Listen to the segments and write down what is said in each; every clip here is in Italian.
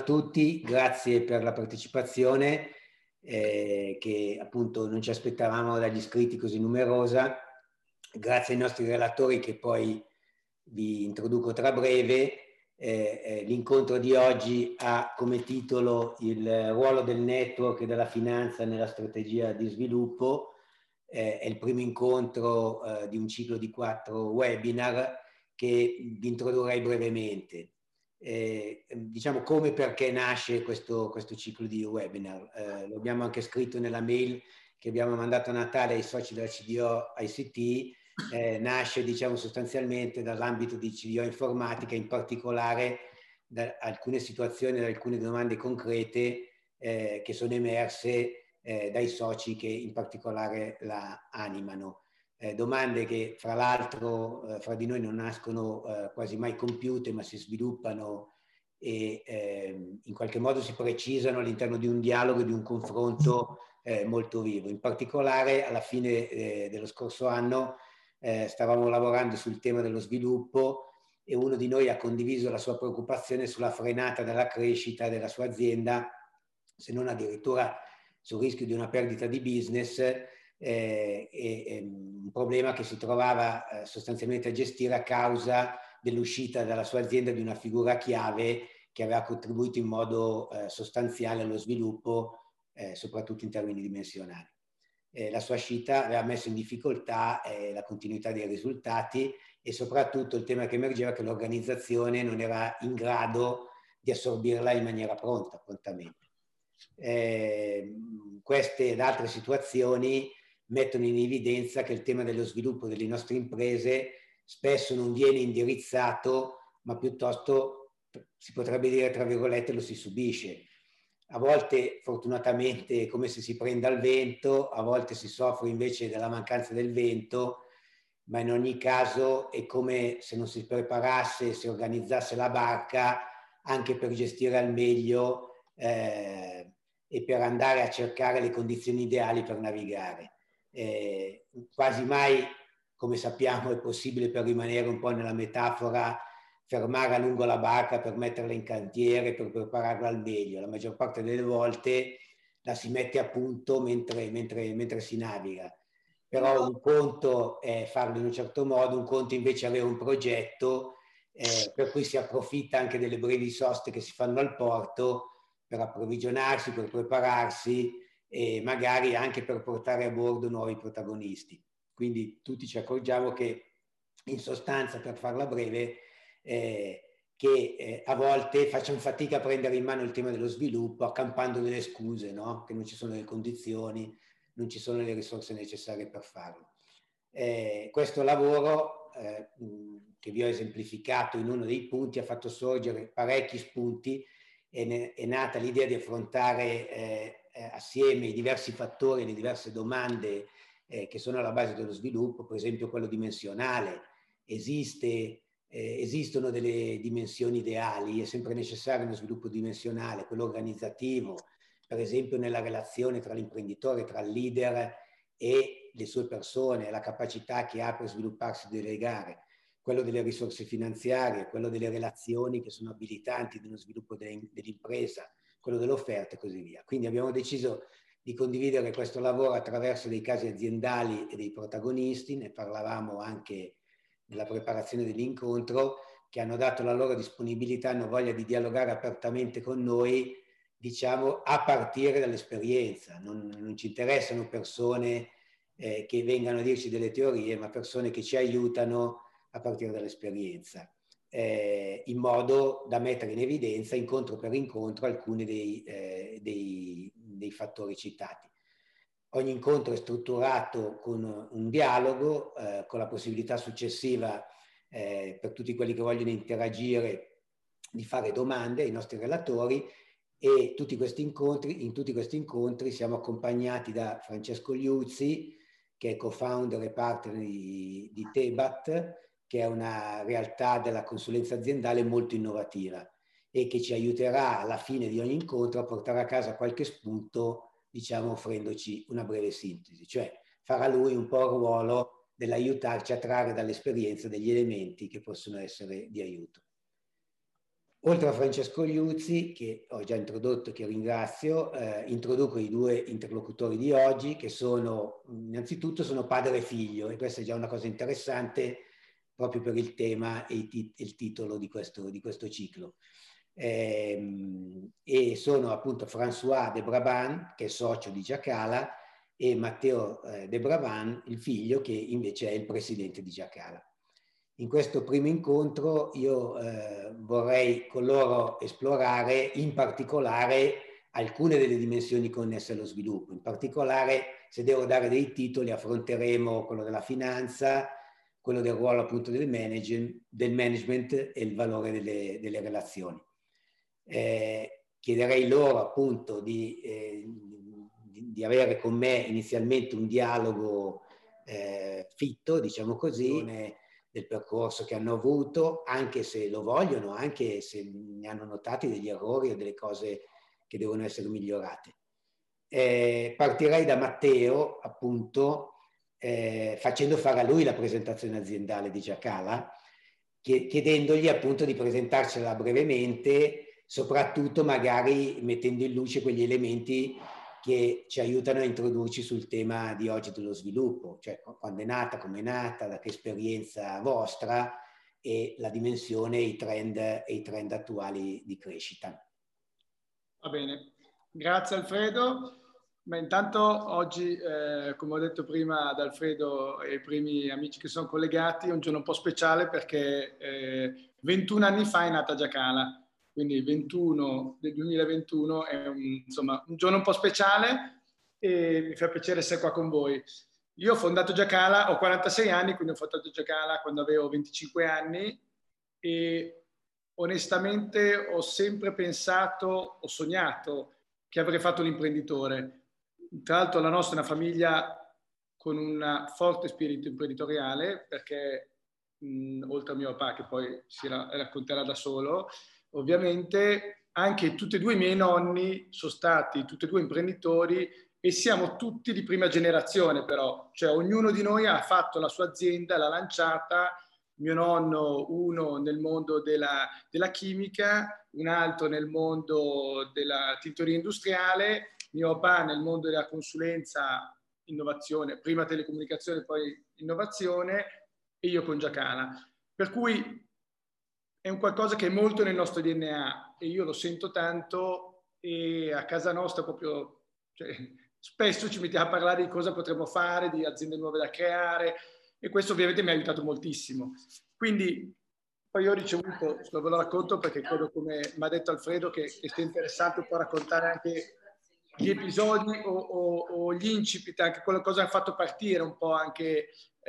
a tutti, grazie per la partecipazione che appunto non ci aspettavamo dagli iscritti così numerosa. Grazie ai nostri relatori che poi vi introduco tra breve. L'incontro di oggi ha come titolo il ruolo del network e della finanza nella strategia di sviluppo. È il primo incontro di un ciclo di 4 webinar che vi introdurrei brevemente. Diciamo come e perché nasce questo ciclo di webinar. Lo abbiamo anche scritto nella mail che abbiamo mandato a Natale ai soci della CDO ICT. Nasce diciamo sostanzialmente dall'ambito di CDO informatica, in particolare da alcune situazioni, da alcune domande concrete che sono emerse dai soci che in particolare la animano. Domande che fra l'altro fra di noi non nascono quasi mai compiute, ma si sviluppano e in qualche modo si precisano all'interno di un dialogo, di un confronto molto vivo. In particolare alla fine dello scorso anno stavamo lavorando sul tema dello sviluppo e uno di noi ha condiviso la sua preoccupazione sulla frenata della crescita della sua azienda, se non addirittura sul rischio di una perdita di business, un problema che si trovava sostanzialmente a gestire a causa dell'uscita dalla sua azienda di una figura chiave che aveva contribuito in modo sostanziale allo sviluppo, soprattutto in termini dimensionali. La sua uscita aveva messo in difficoltà la continuità dei risultati e soprattutto il tema che emergeva che l'organizzazione non era in grado di assorbirla in maniera prontamente. Queste ed altre situazioni mettono in evidenza che il tema dello sviluppo delle nostre imprese spesso non viene indirizzato, ma piuttosto si potrebbe dire, tra virgolette, lo si subisce. A volte fortunatamente è come se si prenda il vento, a volte si soffre invece della mancanza del vento, ma in ogni caso è come se non si preparasse, si organizzasse la barca anche per gestire al meglio e per andare a cercare le condizioni ideali per navigare. Quasi mai, come sappiamo, è possibile, per rimanere un po' nella metafora, fermare a lungo la barca per metterla in cantiere, per prepararla al meglio. La maggior parte delle volte la si mette a punto mentre si naviga. Però un conto è farlo in un certo modo, un conto invece è avere un progetto per cui si approfitta anche delle brevi soste che si fanno al porto per approvvigionarsi, per prepararsi e magari anche per portare a bordo nuovi protagonisti. Quindi tutti ci accorgiamo che, in sostanza, per farla breve, che a volte facciamo fatica a prendere in mano il tema dello sviluppo accampando delle scuse, no? Che non ci sono le condizioni, non ci sono le risorse necessarie per farlo. Questo lavoro che vi ho esemplificato in uno dei punti ha fatto sorgere parecchi spunti. È nata l'idea di affrontare assieme i diversi fattori, le diverse domande che sono alla base dello sviluppo, per esempio quello dimensionale. Esistono delle dimensioni ideali, è sempre necessario uno sviluppo dimensionale, quello organizzativo, per esempio nella relazione tra l'imprenditore, tra il leader e le sue persone, la capacità che ha per svilupparsi e delegare, quello delle risorse finanziarie, quello delle relazioni che sono abilitanti dello sviluppo dell'impresa, quello dell'offerta e così via. Quindi abbiamo deciso di condividere questo lavoro attraverso dei casi aziendali e dei protagonisti, ne parlavamo anche nella preparazione dell'incontro, che hanno dato la loro disponibilità, hanno voglia di dialogare apertamente con noi, diciamo, a partire dall'esperienza. Non ci interessano persone che vengano a dirci delle teorie, ma persone che ci aiutano a partire dall'esperienza, in modo da mettere in evidenza, incontro per incontro, alcuni dei fattori citati. Ogni incontro è strutturato con un dialogo, con la possibilità successiva per tutti quelli che vogliono interagire di fare domande ai nostri relatori, e in tutti questi incontri siamo accompagnati da Francesco Liuzzi, che è co-founder e partner di Tebat, che è una realtà della consulenza aziendale molto innovativa e che ci aiuterà alla fine di ogni incontro a portare a casa qualche spunto, diciamo, offrendoci una breve sintesi, cioè farà lui un po' il ruolo dell'aiutarci a trarre dall'esperienza degli elementi che possono essere di aiuto. oltre a Francesco Liuzzi, che ho già introdotto, che ringrazio, introduco i due interlocutori di oggi, che sono, innanzitutto, sono padre e figlio, e questa è già una cosa interessante proprio per il tema e il titolo di questo ciclo. E sono appunto François de Brabant, che è socio di Giacala, e Matteo de Brabant, il figlio, che invece è il presidente di Giacala. In questo primo incontro io vorrei con loro esplorare in particolare alcune delle dimensioni connesse allo sviluppo. In particolare, se devo dare dei titoli, affronteremo quello della finanza, quello del ruolo appunto del management e il valore delle relazioni. Chiederei loro appunto di avere con me inizialmente un dialogo fitto, diciamo così, del percorso che hanno avuto, anche se lo vogliono, anche se ne hanno notati degli errori o delle cose che devono essere migliorate. Partirei da Matteo, appunto, facendo fare a lui la presentazione aziendale di Giacala, chiedendogli appunto di presentarcela brevemente, soprattutto magari mettendo in luce quegli elementi che ci aiutano a introdurci sul tema di oggi dello sviluppo, cioè quando è nata, come è nata, da che esperienza vostra e la dimensione e i trend attuali di crescita. Va bene, grazie Alfredo. Ma intanto oggi, come ho detto prima ad Alfredo e ai primi amici che sono collegati, è un giorno un po' speciale perché 21 anni fa è nata Giacala. Quindi il 21 del 2021 è insomma, un giorno un po' speciale e mi fa piacere essere qua con voi. Io ho fondato Giacala, ho 46 anni, quindi ho fondato Giacala quando avevo 25 anni e onestamente ho sempre pensato, ho sognato che avrei fatto l'imprenditore. Tra l'altro la nostra è una famiglia con un forte spirito imprenditoriale perché oltre a mio papà che poi si racconterà da solo, ovviamente anche tutti e due i miei nonni sono stati tutti e due imprenditori e siamo tutti di prima generazione però, cioè ognuno di noi ha fatto la sua azienda, l'ha lanciata, mio nonno uno nel mondo della chimica, un altro nel mondo della tintoria industriale, mio papà nel mondo della consulenza, innovazione, prima telecomunicazione, poi innovazione e io con Giacala. Per cui è un qualcosa che è molto nel nostro DNA e io lo sento tanto e a casa nostra proprio, cioè, spesso ci mettiamo a parlare di cosa potremmo fare, di aziende nuove da creare e questo ovviamente mi ha aiutato moltissimo. Quindi poi io ho ricevuto, ve lo racconto perché credo come mi ha detto Alfredo che sia interessante un po' raccontare anche gli episodi o gli incipit, anche quello cosa ha fatto partire un po' anche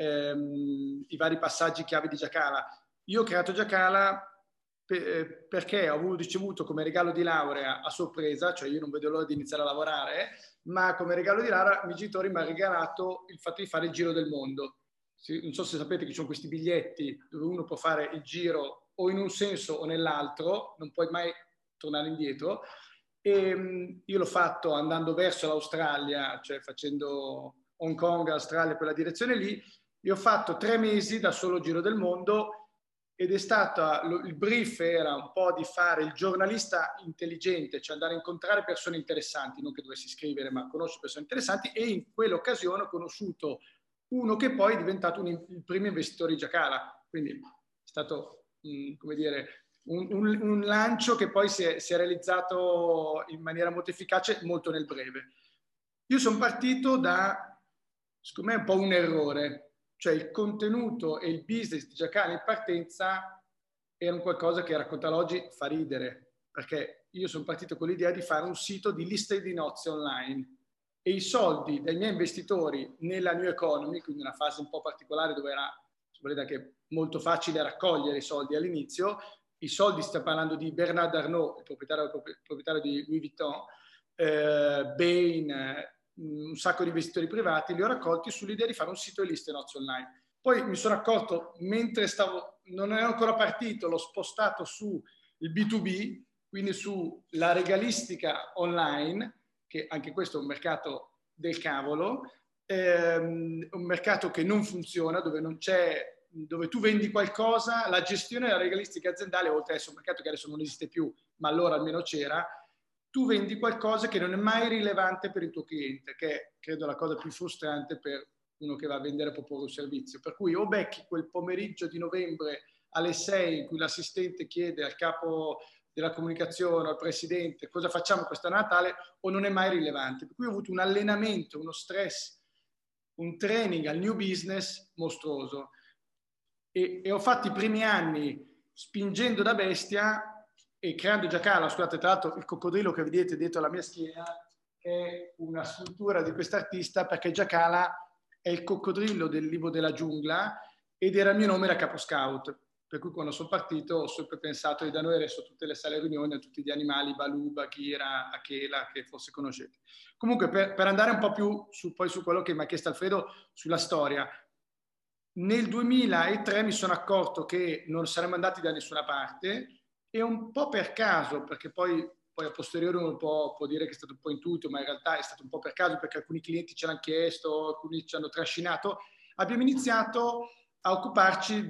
i vari passaggi chiave di Giacala. Io ho creato Giacala perché ho ricevuto come regalo di laurea a sorpresa, cioè io non vedo l'ora di iniziare a lavorare, ma come regalo di laurea i miei genitori mi hanno regalato il fatto di fare il giro del mondo. Non so se sapete che ci sono questi biglietti dove uno può fare il giro o in un senso o nell'altro, non puoi mai tornare indietro. E io l'ho fatto andando verso l'Australia, cioè facendo Hong Kong, Australia, quella direzione lì. Io ho fatto 3 mesi da solo giro del mondo ed è stata, il brief era un po' di fare il giornalista intelligente, cioè andare a incontrare persone interessanti, non che dovessi scrivere, ma conoscere persone interessanti e in quell'occasione ho conosciuto uno che poi è diventato il primo investitore di Giacala, quindi è stato, come dire, un lancio che poi si è realizzato in maniera molto efficace, molto nel breve. Io sono partito da, secondo me, un po' un errore, cioè il contenuto e il business di Giacala in partenza era un qualcosa che raccontarlo oggi fa ridere, perché io sono partito con l'idea di fare un sito di liste di nozze online e i soldi dei miei investitori nella New Economy, quindi una fase un po' particolare dove era, se volete, anche molto facile raccogliere i soldi all'inizio, i soldi, sta parlando di Bernard Arnault, il proprietario di Louis Vuitton, Bain, un sacco di investitori privati, li ho raccolti sull'idea di fare un sito di liste nozze online. Poi mi sono accorto, mentre non ero ancora partito, l'ho spostato sul B2B, quindi sulla regalistica online, che anche questo è un mercato del cavolo, un mercato che non funziona, dove non c'è dove tu vendi qualcosa, la gestione della regolistica aziendale, oltre a essere un mercato che adesso non esiste più, ma allora almeno c'era, tu vendi qualcosa che non è mai rilevante per il tuo cliente, che è, credo, la cosa più frustrante per uno che va a vendere proprio un servizio. Per cui o becchi quel pomeriggio di novembre alle 6 in cui l'assistente chiede al capo della comunicazione, al presidente, cosa facciamo questo Natale, o non è mai rilevante. Per cui ho avuto un allenamento, uno stress, un training al new business mostruoso. E ho fatto i primi anni spingendo da bestia e creando Giacala. Scusate, tra l'altro il coccodrillo che vedete dietro la mia schiena è una scultura di quest'artista, perché Giacala è il coccodrillo del libro della giungla ed era il mio nome da capo scout. Per cui quando sono partito ho sempre pensato che da noi adesso tutte le sale riunioni, tutti gli animali, Balù, Bagheera, Achela, che forse conoscete. Comunque per andare un po' più poi su quello che mi ha chiesto Alfredo sulla storia, nel 2003 mi sono accorto che non saremmo andati da nessuna parte e un po' per caso, perché poi a posteriori uno può dire che è stato un po' intuito, ma in realtà è stato un po' per caso perché alcuni clienti ce l'hanno chiesto, alcuni ci hanno trascinato, abbiamo iniziato a occuparci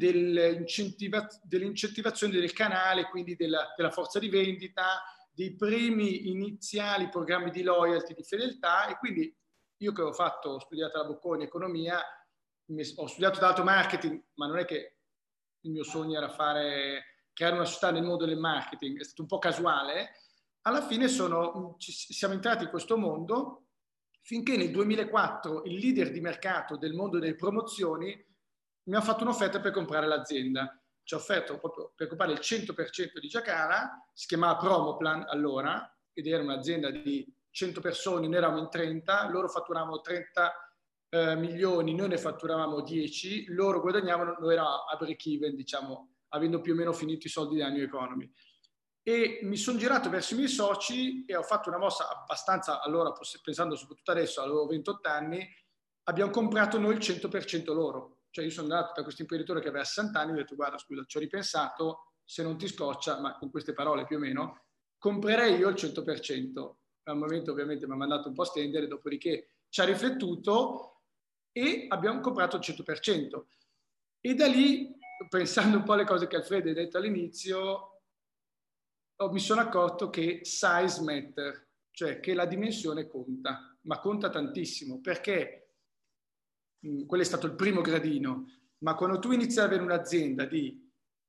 dell'incentivazione del canale, quindi della forza di vendita, dei primi iniziali programmi di loyalty, di fedeltà. E quindi io che ho studiato alla Bocconi economia, ho studiato tanto marketing, ma non è che il mio sogno era creare una società nel mondo del marketing, è stato un po' casuale. Alla fine siamo entrati in questo mondo finché nel 2004 il leader di mercato del mondo delle promozioni mi ha fatto un'offerta per comprare l'azienda. Ci ha offerto proprio per comprare il 100% di Giacala, si chiamava Promoplan allora, ed era un'azienda di 100 persone, noi eravamo in 30, loro fatturavano 30 milioni, noi ne fatturavamo 10, loro guadagnavano, noi eravamo a break even, diciamo, avendo più o meno finito i soldi della New Economy. E mi sono girato verso i miei soci e ho fatto una mossa abbastanza, allora pensando soprattutto adesso, avevo 28 anni, abbiamo comprato noi il 100% loro. Cioè io sono andato da questo imprenditore che aveva 60 anni e ho detto: guarda, scusa, ci ho ripensato, se non ti scoccia, ma con queste parole più o meno, comprerei io il 100%. Al momento ovviamente mi ha mandato un po' a stendere, dopodiché ci ha riflettuto e abbiamo comprato il 100%. E da lì, pensando un po' alle cose che Alfredo ha detto all'inizio, mi sono accorto che size matter, cioè che la dimensione conta, ma conta tantissimo, perché quello è stato il primo gradino, ma quando tu inizi ad avere un'azienda di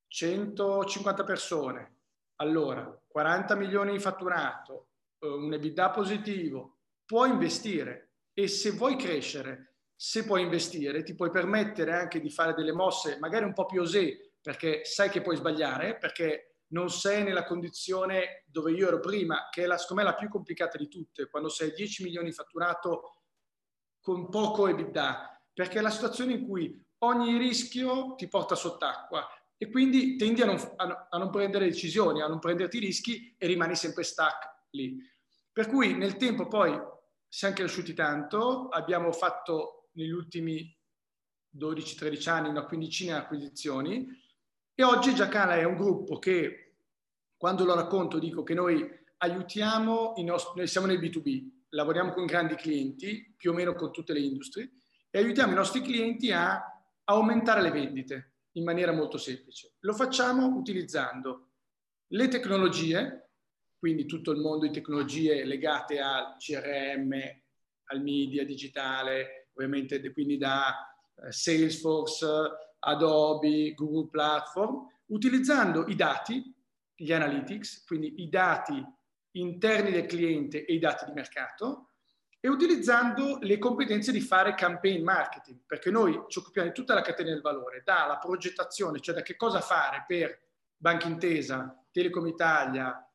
150 persone, allora 40 milioni di fatturato, un EBITDA positivo, puoi investire, e se vuoi crescere, se puoi investire, ti puoi permettere anche di fare delle mosse magari un po' più osé, perché sai che puoi sbagliare, perché non sei nella condizione dove io ero prima, che è secondo me la più complicata di tutte, quando sei 10 milioni di fatturato con poco EBITDA, perché è la situazione in cui ogni rischio ti porta sott'acqua e quindi tendi a non prendere decisioni, a non prenderti rischi e rimani sempre stuck lì. Per cui nel tempo poi siamo cresciuti tanto, abbiamo fatto negli ultimi 12-13 anni una quindicina di acquisizioni e oggi Giacala è un gruppo che, quando lo racconto, dico che noi aiutiamo noi siamo nel B2B, lavoriamo con grandi clienti, più o meno con tutte le industrie, e aiutiamo i nostri clienti a aumentare le vendite in maniera molto semplice. Lo facciamo utilizzando le tecnologie, quindi tutto il mondo di tecnologie legate al CRM, al media digitale, ovviamente quindi da Salesforce, Adobe, Google Platform, utilizzando i dati, gli analytics, quindi i dati interni del cliente e i dati di mercato, e utilizzando le competenze di fare campaign marketing, perché noi ci occupiamo di tutta la catena del valore, dalla progettazione, cioè da che cosa fare per Banca Intesa, Telecom Italia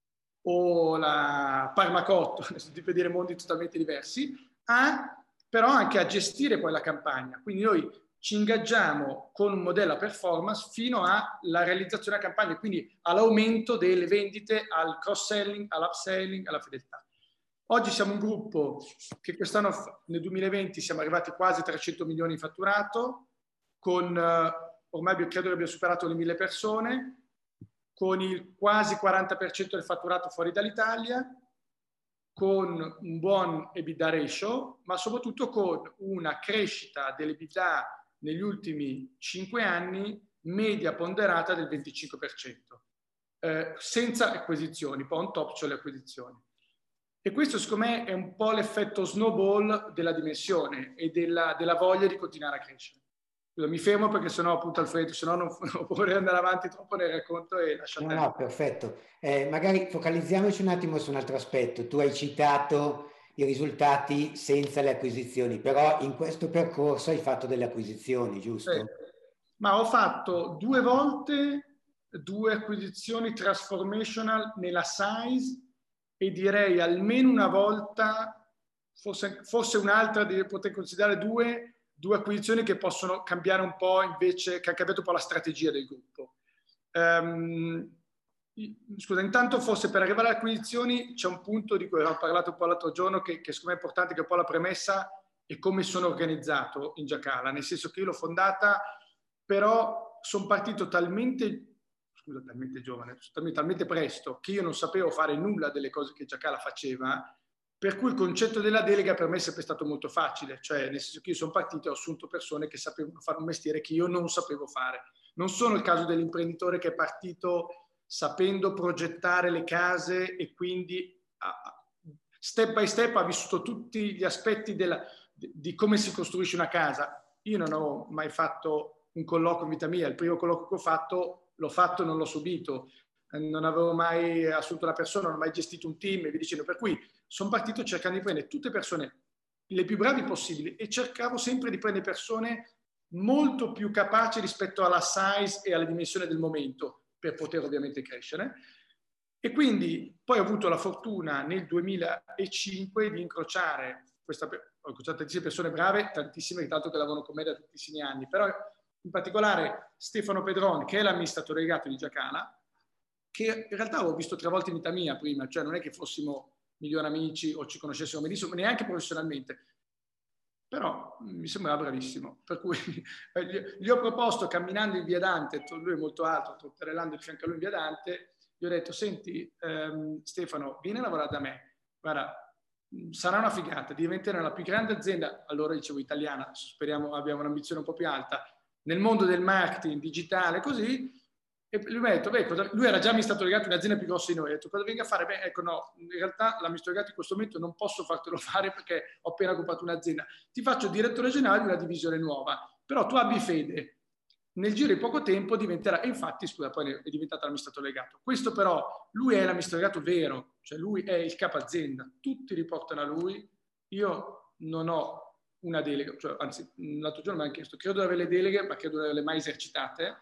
o la Parmacotto, adesso ti per dire mondi totalmente diversi, però anche a gestire poi la campagna. Quindi noi ci ingaggiamo con un modello a performance fino alla realizzazione della campagna, quindi all'aumento delle vendite, al cross-selling, all'upselling, alla fedeltà. Oggi siamo un gruppo che quest'anno, nel 2020, siamo arrivati quasi a 300 milioni di fatturato, con ormai credo che abbiamo superato le 1000 persone, con il quasi 40% del fatturato fuori dall'Italia, con un buon EBITDA ratio, ma soprattutto con una crescita dell'EBITDA negli ultimi 5 anni media ponderata del 25%, senza acquisizioni, poi on top c'è le acquisizioni. E questo secondo me è un po' l'effetto snowball della dimensione e della voglia di continuare a crescere. Mi fermo perché sennò appunto Alfredo, sennò non vorrei andare avanti troppo nel racconto e lascio a te. No, perfetto. Magari focalizziamoci un attimo su un altro aspetto. Tu hai citato i risultati senza le acquisizioni, però in questo percorso hai fatto delle acquisizioni, giusto? Ma ho fatto 2 volte 2 acquisizioni transformational nella size e direi almeno una volta, forse un'altra, potrei considerare due acquisizioni che possono cambiare un po' invece, che ha cambiato un po' la strategia del gruppo. Scusa, intanto forse per arrivare alle acquisizioni c'è un punto di cui avevo parlato un po' l'altro giorno che secondo me è importante, che è un po' la premessa e come sono organizzato in Giacala, nel senso che io l'ho fondata, però sono partito talmente giovane, talmente presto, che io non sapevo fare nulla delle cose che Giacala faceva, per cui il concetto della delega per me è sempre stato molto facile, cioè nel senso che io sono partito e ho assunto persone che sapevano fare un mestiere che io non sapevo fare. Non sono il caso dell'imprenditore che è partito sapendo progettare le case e quindi step by step ha vissuto tutti gli aspetti di come si costruisce una casa. Io non ho mai fatto un colloquio in vita mia, il primo colloquio che ho fatto l'ho fatto e non l'ho subito, non avevo mai assunto una persona, non ho mai gestito un team e vi dicendo, per cui sono partito cercando di prendere tutte persone le più bravi possibili e cercavo sempre di prendere persone molto più capaci rispetto alla size e alla dimensione del momento per poter ovviamente crescere. E quindi poi ho avuto la fortuna nel 2005 di incrociare ho incrociato tantissime persone brave, tantissime tanto che lavorano con me da tantissimi anni, però in particolare Stefano Pedron, che è l'amministratore delegato di Giacala, che in realtà avevo visto 3 volte in vita mia prima, cioè non è che fossimo migliori amici o ci conoscessimo benissimo, neanche professionalmente, però mi sembrava bravissimo, per cui gli ho proposto camminando in via Dante, lui è molto alto, trotterellando di fianco a lui in via Dante, gli ho detto, senti Stefano, vieni a lavorare da me, guarda, sarà una figata, diventerà la più grande azienda, allora dicevo italiana, speriamo abbiamo un'ambizione un po' più alta, nel mondo del marketing digitale, così. E lui mi ha detto, lui era già amministratore delegato in un'azienda più grossa di noi, ha detto, cosa venga a fare? Beh, ecco no, in realtà l'amministratore delegato in questo momento non posso fartelo fare perché ho appena comprato un'azienda, ti faccio direttore generale di una divisione nuova, però tu abbi fede, nel giro di poco tempo diventerà, e infatti scusa, poi è diventato l'amministratore delegato. Questo però, lui è l'amministratore delegato vero, cioè lui è il capo azienda, tutti riportano a lui, io non ho una delega, cioè, anzi l'altro giorno mi hanno chiesto, credo di avere le deleghe, ma credo di averle mai esercitate.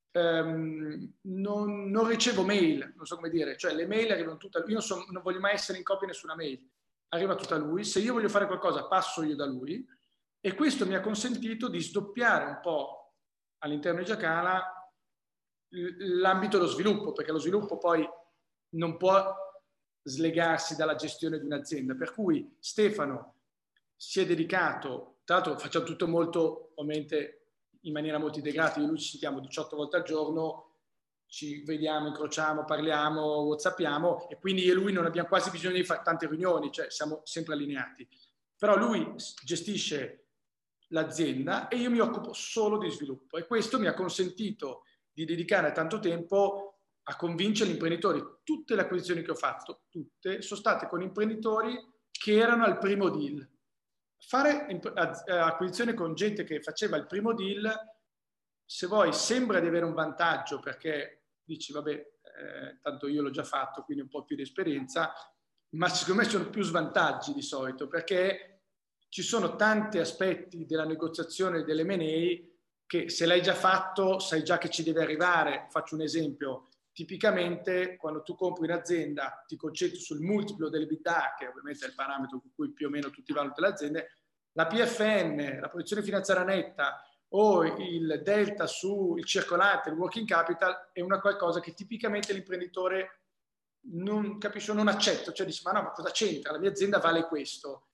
Non ricevo mail, non so come dire, cioè le mail arrivano tutte, io non voglio mai essere in copia di nessuna mail, arriva tutta a lui, se io voglio fare qualcosa passo io da lui e questo mi ha consentito di sdoppiare un po' all'interno di Giacala l'ambito dello sviluppo, perché lo sviluppo poi non può slegarsi dalla gestione di un'azienda, per cui Stefano si è dedicato, tra l'altro facciamo tutto molto, ovviamente in maniera molto integrata, io e lui ci sentiamo 18 volte al giorno, ci vediamo, incrociamo, parliamo, whatsappiamo e quindi io e lui non abbiamo quasi bisogno di fare tante riunioni, cioè siamo sempre allineati. Però lui gestisce l'azienda e io mi occupo solo di sviluppo e questo mi ha consentito di dedicare tanto tempo a convincere gli imprenditori. Tutte le acquisizioni che ho fatto, tutte, sono state con imprenditori che erano al primo deal. Fare acquisizione con gente che faceva il primo deal, se vuoi, sembra di avere un vantaggio perché dici, vabbè, tanto io l'ho già fatto, quindi un po' più di esperienza, ma secondo me ci sono più svantaggi di solito perché ci sono tanti aspetti della negoziazione dell'M&A che se l'hai già fatto sai già che ci deve arrivare. Faccio un esempio. Tipicamente quando tu compri un'azienda ti concentri sul multiplo dell'EBITDA, che ovviamente è il parametro con cui più o meno tutti valutano le aziende, la PFN, la posizione finanziaria netta o il delta sul circolante, il working capital, è una qualcosa che tipicamente l'imprenditore non capisce, non accetta, cioè dice ma no, ma cosa c'entra? La mia azienda vale questo.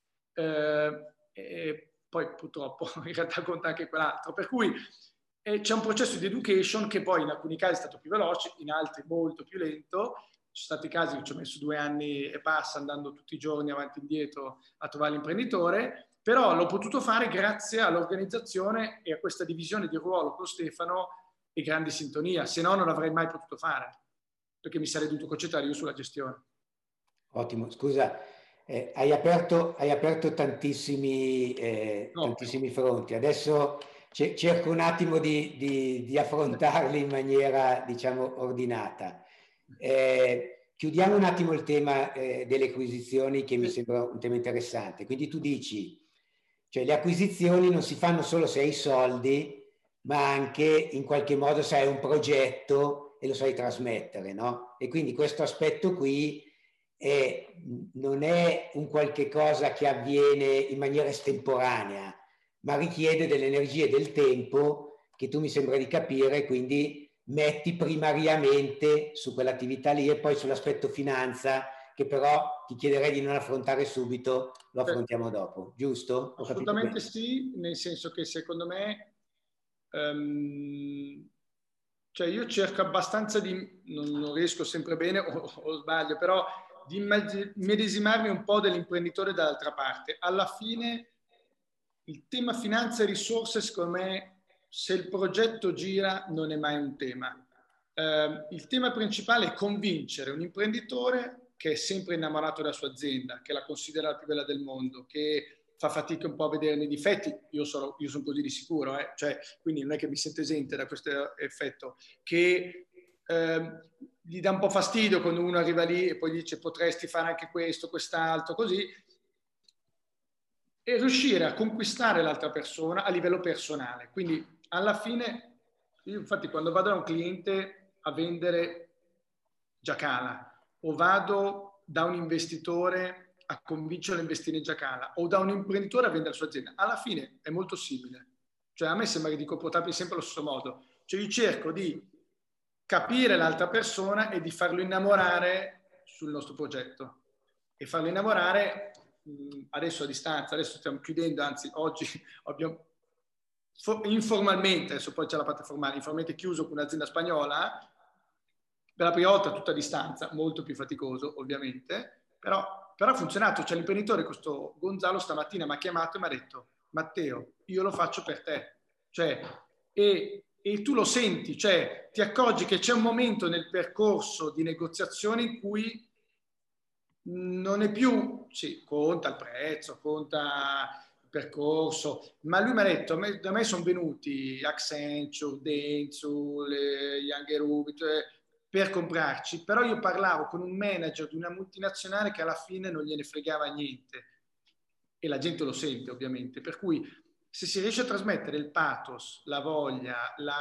E poi purtroppo in realtà conta anche quell'altro. Per cui c'è un processo di education che poi in alcuni casi è stato più veloce, in altri molto più lento. Ci sono stati casi che ci ho messo 2 anni e passa andando tutti i giorni avanti e indietro a trovare l'imprenditore, Però l'ho potuto fare grazie all'organizzazione e a questa divisione di ruolo con Stefano e grande sintonia, se no non l'avrei mai potuto fare, perché mi sarei dovuto concentrare io sulla gestione. Ottimo, scusa, hai aperto tantissimi, No. tantissimi fronti. Adesso cerco un attimo di affrontarli in maniera, diciamo, ordinata. Chiudiamo un attimo il tema delle acquisizioni, che mi sembra un tema interessante. Quindi tu dici, cioè le acquisizioni non si fanno solo se hai soldi, ma anche in qualche modo se hai un progetto e lo sai trasmettere, no? E quindi questo aspetto qui non è un qualche cosa che avviene in maniera estemporanea, ma richiede delle energie e del tempo che tu mi sembra di capire, quindi metti primariamente su quell'attività lì, e poi sull'aspetto finanza, che però ti chiederei di non affrontare subito, lo affrontiamo dopo, giusto? Ho capito bene? Assolutamente sì, nel senso che secondo me, cioè io cerco abbastanza di, non riesco sempre bene o sbaglio, però di medesimarmi un po' dell'imprenditore dall'altra parte. Alla fine il tema finanza e risorse, secondo me, se il progetto gira, non è mai un tema. Il tema principale è convincere un imprenditore che è sempre innamorato della sua azienda, che la considera la più bella del mondo, che fa fatica un po' a vederne i difetti. Io sono così di sicuro, cioè, quindi non è che mi sento esente da questo effetto, che gli dà un po' fastidio quando uno arriva lì e poi dice potresti fare anche questo, quest'altro, così, e riuscire a conquistare l'altra persona a livello personale. Quindi alla fine, io infatti quando vado da un cliente a vendere Giacala o vado da un investitore a convincerlo a investire in Giacala o da un imprenditore a vendere la sua azienda, alla fine è molto simile. Cioè a me sembra di comportarmi sempre allo stesso modo. Cioè io cerco di capire l'altra persona e di farlo innamorare sul nostro progetto e farlo innamorare adesso a distanza. Adesso stiamo chiudendo, anzi oggi abbiamo informalmente, adesso poi c'è la parte formale, informalmente chiuso con un'azienda spagnola per la prima volta tutta a distanza, molto più faticoso ovviamente, però ha funzionato. Cioè l'imprenditore, questo Gonzalo, stamattina mi ha chiamato e mi ha detto: Matteo, io lo faccio per te. Cioè, e tu lo senti, cioè ti accorgi che c'è un momento nel percorso di negoziazione in cui non è più, sì, conta il prezzo, conta il percorso, ma lui mi ha detto, da me sono venuti Accenture, Dentsu, Young Rubit, per comprarci, però io parlavo con un manager di una multinazionale che alla fine non gliene fregava niente, e la gente lo sente ovviamente, per cui se si riesce a trasmettere il pathos, la voglia,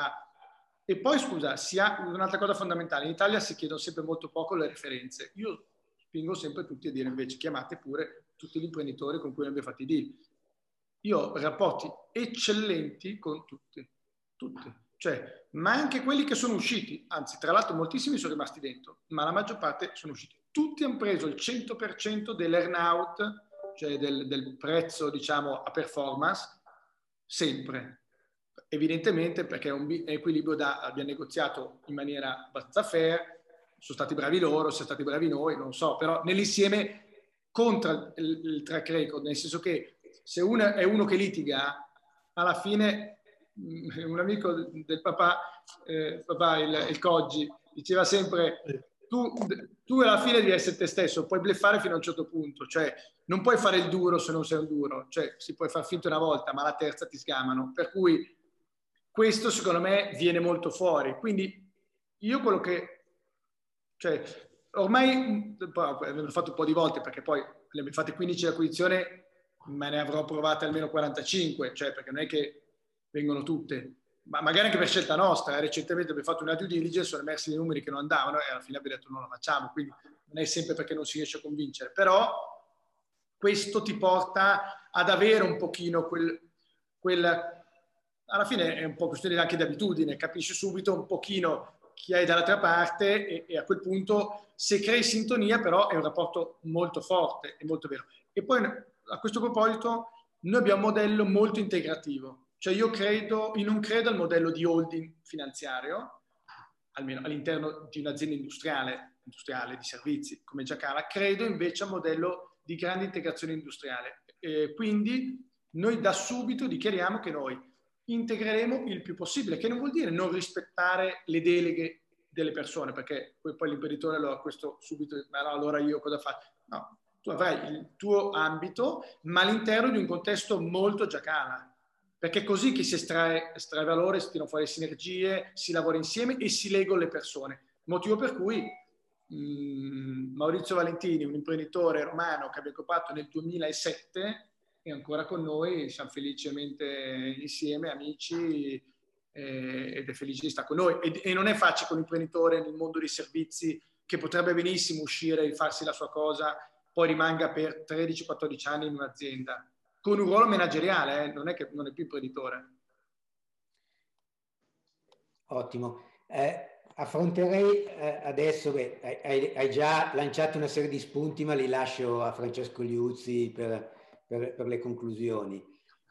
e poi scusa, si ha un'altra cosa fondamentale, in Italia si chiedono sempre molto poco le referenze. Io spingo sempre tutti a dire invece chiamate pure tutti gli imprenditori con cui abbiamo fatto i deal. Io ho rapporti eccellenti con tutti, cioè, ma anche quelli che sono usciti, anzi tra l'altro moltissimi sono rimasti dentro, ma la maggior parte sono usciti. Tutti hanno preso il 100% dell'earn-out, cioè del prezzo, diciamo, a performance, sempre. Evidentemente perché è un equilibrio abbiamo negoziato in maniera abbastanza fair, sono stati bravi loro, siamo stati bravi noi, non so, però nell'insieme contra il track record, nel senso che se uno è uno che litiga, alla fine un amico del papà, il Coggi, diceva sempre tu alla fine devi essere te stesso, puoi bluffare fino a un certo punto, cioè non puoi fare il duro se non sei un duro, cioè si può far finta una volta, ma la terza ti sgamano, per cui questo secondo me viene molto fuori. Quindi io quello che, cioè ormai l'ho fatto un po' di volte, perché poi le abbiamo fatte 15 acquisizioni, ma ne avrò provate almeno 45, cioè perché non è che vengono tutte, ma magari anche per scelta nostra. Recentemente abbiamo fatto una due diligence, sono emersi dei numeri che non andavano e alla fine abbiamo detto non la facciamo, quindi non è sempre perché non si riesce a convincere, però questo ti porta ad avere un pochino alla fine è un po' questione anche di abitudine, capisci subito un pochino chi hai dall'altra parte e a quel punto se crei sintonia però è un rapporto molto forte e molto vero. E poi a questo proposito noi abbiamo un modello molto integrativo, cioè io non credo al modello di holding finanziario, almeno all'interno di un'azienda industriale di servizi come Giacala, credo invece al modello di grande integrazione industriale. Quindi noi da subito dichiariamo che noi integreremo il più possibile, che non vuol dire non rispettare le deleghe delle persone, perché poi l'imprenditore allora questo subito, ma no, allora io cosa faccio? No, tu avrai il tuo ambito, ma all'interno di un contesto molto giacana, perché è così che si estrae valore, si tirano fuori sinergie, si lavora insieme e si legano le persone. Motivo per cui Maurizio Valentini, un imprenditore romano che abbiamo cooptato nel 2007, è ancora con noi, siamo felicemente insieme, amici, ed è felice di stare con noi. E non è facile con un imprenditore nel mondo dei servizi che potrebbe benissimo uscire e farsi la sua cosa, poi rimanga per 13-14 anni in un'azienda, con un ruolo manageriale, non è che non è più imprenditore. Ottimo. Affronterei adesso, hai già lanciato una serie di spunti, ma li lascio a Francesco Liuzzi per le conclusioni.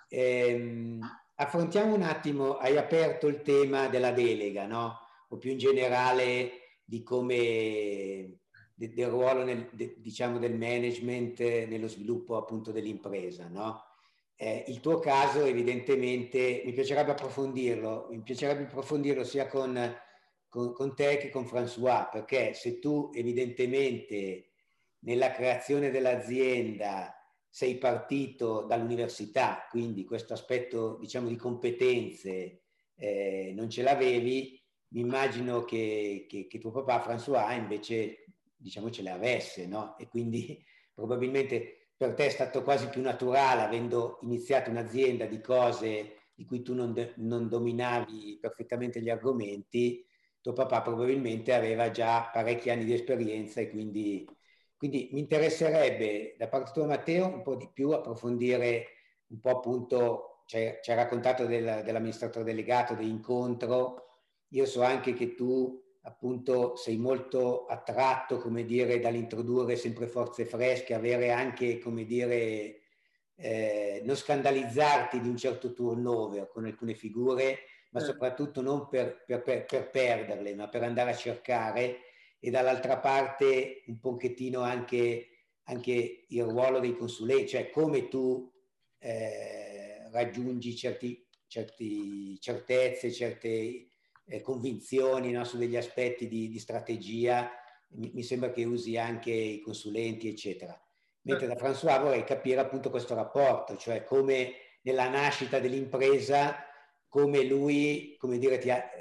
Affrontiamo un attimo, hai aperto il tema della delega, no? O più in generale di come del ruolo diciamo del management nello sviluppo appunto dell'impresa, no? Il tuo caso evidentemente mi piacerebbe approfondirlo sia con te che con François, perché se tu evidentemente nella creazione dell'azienda sei partito dall'università, quindi questo aspetto diciamo di competenze non ce l'avevi, mi immagino che tuo papà François invece diciamo ce le avesse, no? E quindi probabilmente per te è stato quasi più naturale, avendo iniziato un'azienda di cose di cui tu non dominavi perfettamente gli argomenti, tuo papà probabilmente aveva già parecchi anni di esperienza e quindi mi interesserebbe da parte tua Matteo un po' di più approfondire un po' appunto, ci hai raccontato dell'amministratore delegato, dell'incontro, io so anche che tu appunto sei molto attratto, come dire, dall'introdurre sempre forze fresche, avere anche, come dire, non scandalizzarti di un certo turnover con alcune figure, ma soprattutto non per perderle, ma per andare a cercare, e dall'altra parte un pochettino anche il ruolo dei consulenti, cioè come tu raggiungi certezze, certe convinzioni, no, su degli aspetti di strategia, mi sembra che usi anche i consulenti, eccetera. Mentre da François vorrei capire appunto questo rapporto, cioè come nella nascita dell'impresa, come lui, come dire,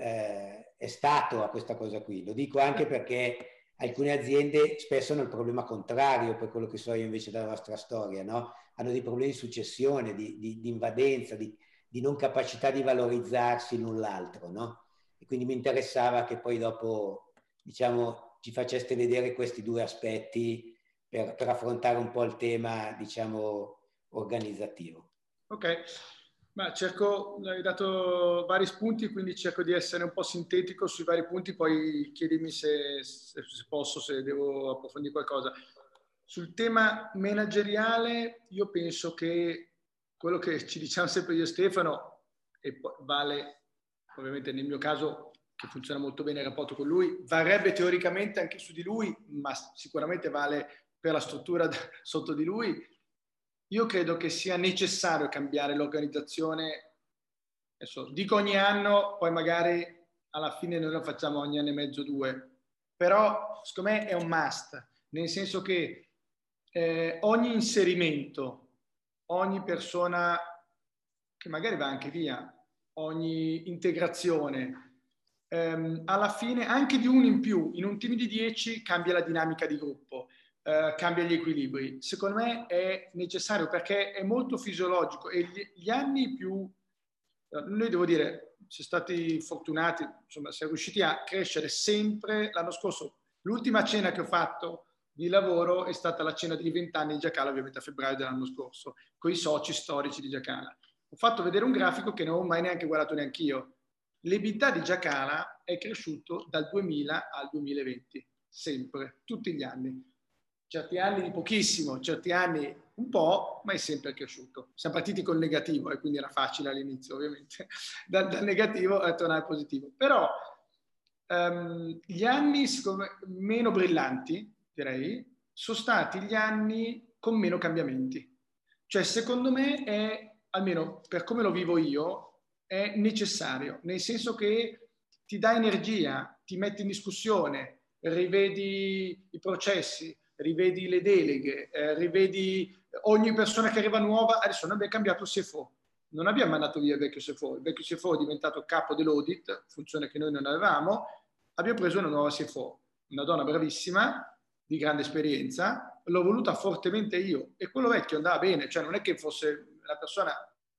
è stato a questa cosa qui. Lo dico anche perché alcune aziende spesso hanno il problema contrario, per quello che so io invece dalla vostra storia, no? Hanno dei problemi di successione, di invadenza, di non capacità di valorizzarsi l'un l'altro, no? E quindi mi interessava che poi dopo, diciamo, ci faceste vedere questi due aspetti per affrontare un po' il tema, diciamo, organizzativo. Ok, ma hai dato vari spunti, quindi cerco di essere un po' sintetico sui vari punti, poi chiedimi se posso, se devo approfondire qualcosa. Sul tema manageriale, io penso che quello che ci diciamo sempre io e Stefano, e vale ovviamente nel mio caso che funziona molto bene il rapporto con lui, varrebbe teoricamente anche su di lui, ma sicuramente vale per la struttura sotto di lui. Io credo che sia necessario cambiare l'organizzazione, adesso dico ogni anno, poi magari alla fine noi lo facciamo ogni anno e mezzo, 2, però secondo me è un must, nel senso che ogni inserimento, ogni persona che magari va anche via, ogni integrazione, alla fine anche di uno in più, in un team di 10 cambia la dinamica di gruppo. Cambia gli equilibri. Secondo me è necessario perché è molto fisiologico e gli anni più... Noi devo dire, siamo stati fortunati, insomma, siamo riusciti a crescere sempre. L'anno scorso, l'ultima cena che ho fatto di lavoro è stata la cena di 20 anni di Giacala, ovviamente a febbraio dell'anno scorso, con i soci storici di Giacala. Ho fatto vedere un grafico che non ho mai neanche guardato neanch'io. L'EBITDA di Giacala è cresciuto dal 2000 al 2020, sempre, tutti gli anni. Certi anni di pochissimo, certi anni un po', ma è sempre cresciuto. Siamo partiti col negativo e quindi era facile all'inizio ovviamente, dal negativo a tornare al positivo. Però gli anni meno brillanti, direi, sono stati gli anni con meno cambiamenti. Cioè secondo me è almeno per come lo vivo io, è necessario, nel senso che ti dà energia, ti mette in discussione, rivedi i processi, rivedi le deleghe, rivedi ogni persona che arriva nuova. Adesso noi abbiamo cambiato il CFO, non abbiamo mandato via il vecchio CFO, il vecchio CFO è diventato capo dell'audit, funzione che noi non avevamo, abbiamo preso una nuova CFO, una donna bravissima, di grande esperienza, l'ho voluta fortemente io e quello vecchio andava bene, cioè non è che fosse una persona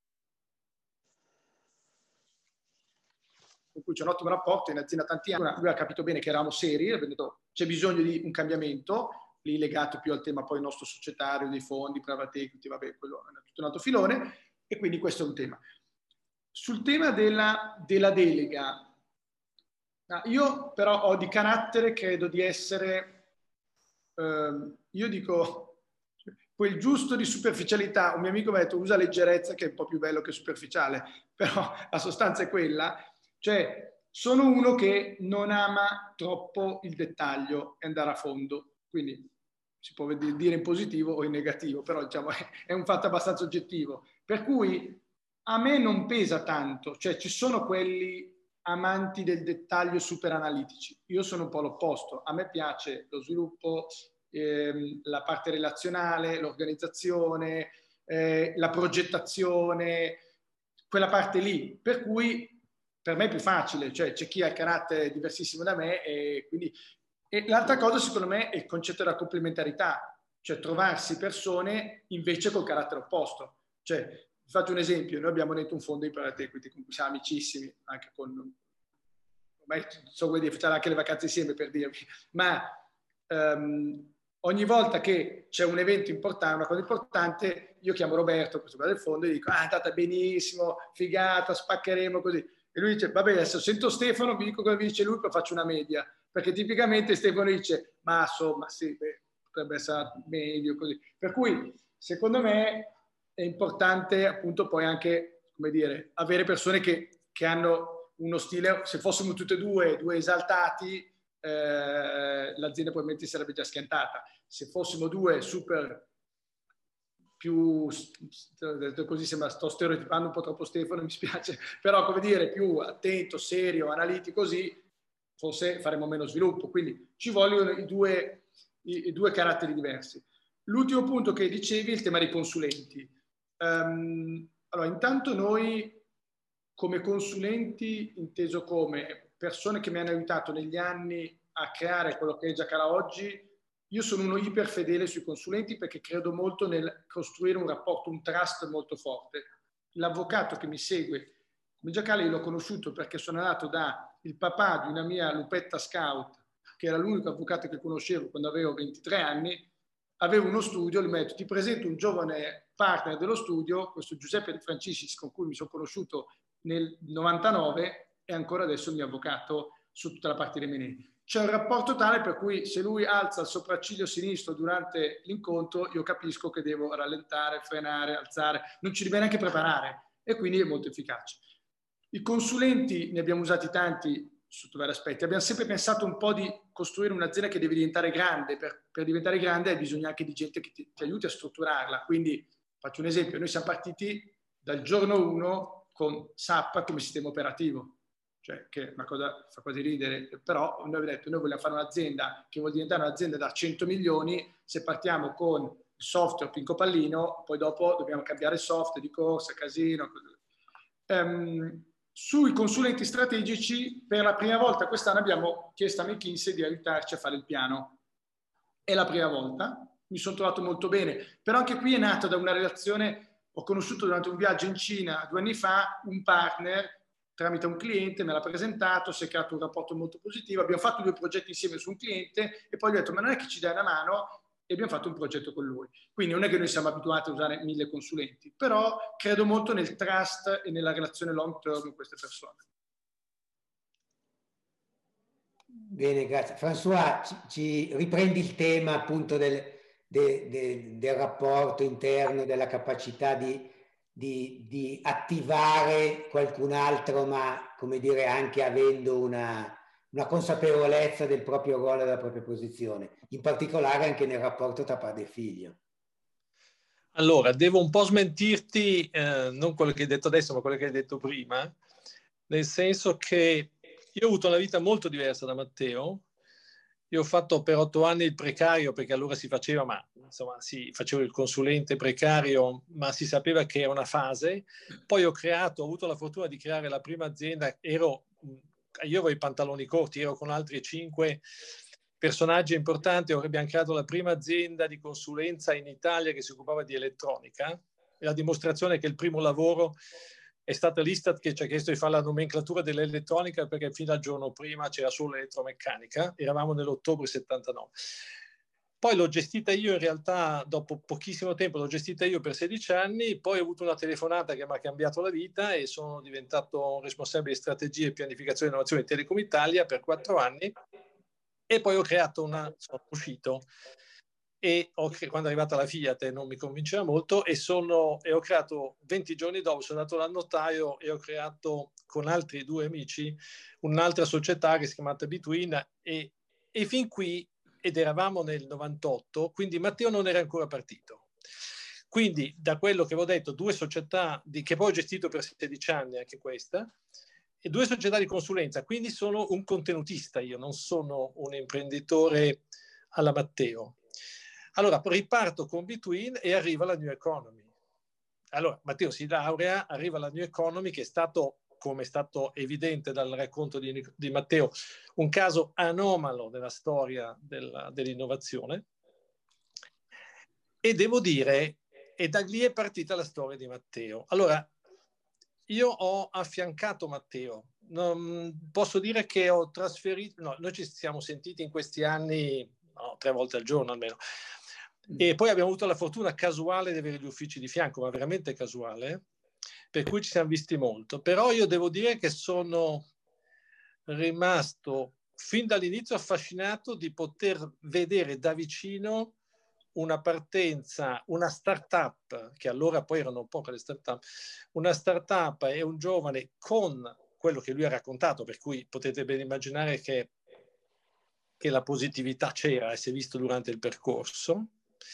con cui c'è un ottimo rapporto in azienda tanti anni, lui ha capito bene che eravamo seri, ha detto c'è bisogno di un cambiamento, lì legato più al tema poi nostro societario, dei fondi, private equity, vabbè, quello è tutto un altro filone, e quindi questo è un tema. Sul tema della delega, io però ho di carattere, credo di essere, io dico, quel giusto di superficialità. Un mio amico mi ha detto usa leggerezza che è un po' più bello che superficiale, però la sostanza è quella. Cioè, sono uno che non ama troppo il dettaglio e andare a fondo, quindi si può dire in positivo o in negativo, però diciamo è un fatto abbastanza oggettivo. Per cui a me non pesa tanto, cioè ci sono quelli amanti del dettaglio super analitici. Io sono un po' l'opposto, a me piace lo sviluppo, la parte relazionale, l'organizzazione, la progettazione, quella parte lì, per cui per me è più facile, cioè c'è chi ha il carattere diversissimo da me e quindi... E l'altra cosa secondo me è il concetto della complementarità, cioè trovarsi persone invece col carattere opposto. Cioè, vi faccio un esempio, noi abbiamo detto un fondo di private equity con cui siamo amicissimi, anche con... ormai so come dire, facciamo anche le vacanze insieme per dirvi, ma ogni volta che c'è un evento importante, una cosa importante, io chiamo Roberto, questo qua del fondo, e dico, è andata benissimo, figata, spaccheremo così. E lui dice, vabbè, adesso sento Stefano, vi dico cosa vi dice lui, poi faccio una media. Perché tipicamente Stefano dice, ma insomma, sì, beh, potrebbe essere meglio, così. Per cui, secondo me, è importante appunto poi anche, come dire, avere persone che hanno uno stile, se fossimo tutti e due esaltati, l'azienda probabilmente sarebbe già schiantata. Se fossimo due super più, così sembra, sto stereotipando un po' troppo Stefano, mi spiace, però come dire, più attento, serio, analitico, così, forse faremo meno sviluppo. Quindi ci vogliono i due caratteri diversi. L'ultimo punto che dicevi è il tema dei consulenti. Allora, intanto noi come consulenti, inteso come persone che mi hanno aiutato negli anni a creare quello che è Giacara oggi, io sono uno iperfedele sui consulenti perché credo molto nel costruire un rapporto, un trust molto forte. L'avvocato che mi segue come Giacala io l'ho conosciuto perché sono andato da il papà di una mia lupetta scout, che era l'unico avvocato che conoscevo quando avevo 23 anni, avevo uno studio, gli ho detto ti presento un giovane partner dello studio, questo Giuseppe De Franciscis con cui mi sono conosciuto nel 99 e ancora adesso il mio avvocato su tutta la parte di M&A. C'è un rapporto tale per cui se lui alza il sopracciglio sinistro durante l'incontro io capisco che devo rallentare, frenare, alzare, non ci devo neanche preparare e quindi è molto efficace. I consulenti ne abbiamo usati tanti sotto vari aspetti. Abbiamo sempre pensato un po' di costruire un'azienda che deve diventare grande. Per diventare grande hai bisogno anche di gente che ti aiuti a strutturarla. Quindi faccio un esempio. Noi siamo partiti dal giorno 1 con SAP come sistema operativo. Cioè, che è una cosa fa quasi ridere, però noi abbiamo detto noi vogliamo fare un'azienda che vuol diventare un'azienda da 100 milioni, se partiamo con il software Pinco Pallino, poi dopo dobbiamo cambiare il software di corsa, casino. Sui consulenti strategici, per la prima volta quest'anno abbiamo chiesto a McKinsey di aiutarci a fare il piano. È la prima volta, mi sono trovato molto bene, però anche qui è nato da una relazione, ho conosciuto durante un viaggio in Cina 2 anni fa un partner tramite un cliente, me l'ha presentato, si è creato un rapporto molto positivo, abbiamo fatto 2 progetti insieme su un cliente e poi gli ho detto ma non è che ci dai una mano? E abbiamo fatto un progetto con lui. Quindi non è che noi siamo abituati a usare 1000 consulenti, però credo molto nel trust e nella relazione long term con queste persone. Bene, grazie. François, ci riprendi il tema appunto del rapporto interno, della capacità di attivare qualcun altro, ma come dire anche avendo una consapevolezza del proprio ruolo e della propria posizione, in particolare anche nel rapporto tra padre e figlio. Allora, devo un po' smentirti, non quello che hai detto adesso, ma quello che hai detto prima, nel senso che io ho avuto una vita molto diversa da Matteo. Io ho fatto per 8 anni il precario, perché allora si faceva, ma insomma, facevo il consulente precario, ma si sapeva che era una fase. Poi ho avuto la fortuna di creare la prima azienda, io avevo i pantaloni corti, ero con altri 5 personaggi importanti, abbiamo creato la prima azienda di consulenza in Italia che si occupava di elettronica. E la dimostrazione è che il primo lavoro è stata l'Istat che ci ha chiesto di fare la nomenclatura dell'elettronica, perché fino al giorno prima c'era solo elettromeccanica, eravamo nell'ottobre 79. Poi l'ho gestita io in realtà, dopo pochissimo tempo l'ho gestita io per 16 anni, poi ho avuto una telefonata che mi ha cambiato la vita e sono diventato responsabile di strategie e pianificazione e innovazione di Telecom Italia per 4 anni, e poi ho creato sono uscito e quando è arrivata la Fiat non mi convinceva molto, e ho creato 20 giorni dopo, sono andato dal notaio e ho creato con altri 2 amici un'altra società che si chiamava Between, e fin qui, ed eravamo nel 98, quindi Matteo non era ancora partito. Quindi da quello che avevo detto, 2 società che poi ho gestito per 16 anni, anche questa, e 2 società di consulenza, quindi sono un contenutista, io non sono un imprenditore alla Matteo. Allora riparto con Between e arriva la New Economy. Allora Matteo si laurea, arriva la New Economy, che è stato, come è stato evidente dal racconto di Matteo, un caso anomalo della storia dell'innovazione. E devo dire, e da lì è partita la storia di Matteo. Allora, io ho affiancato Matteo. Posso dire che ho trasferito, no, noi ci siamo sentiti in questi anni 3 volte al giorno almeno. E poi abbiamo avuto la fortuna casuale di avere gli uffici di fianco, ma veramente casuale, per cui ci siamo visti molto. Però io devo dire che sono rimasto fin dall'inizio affascinato di poter vedere da vicino una partenza, una startup, che allora poi erano poche le startup, una startup e un giovane con quello che lui ha raccontato, per cui potete ben immaginare che la positività c'era e si è visto durante il percorso.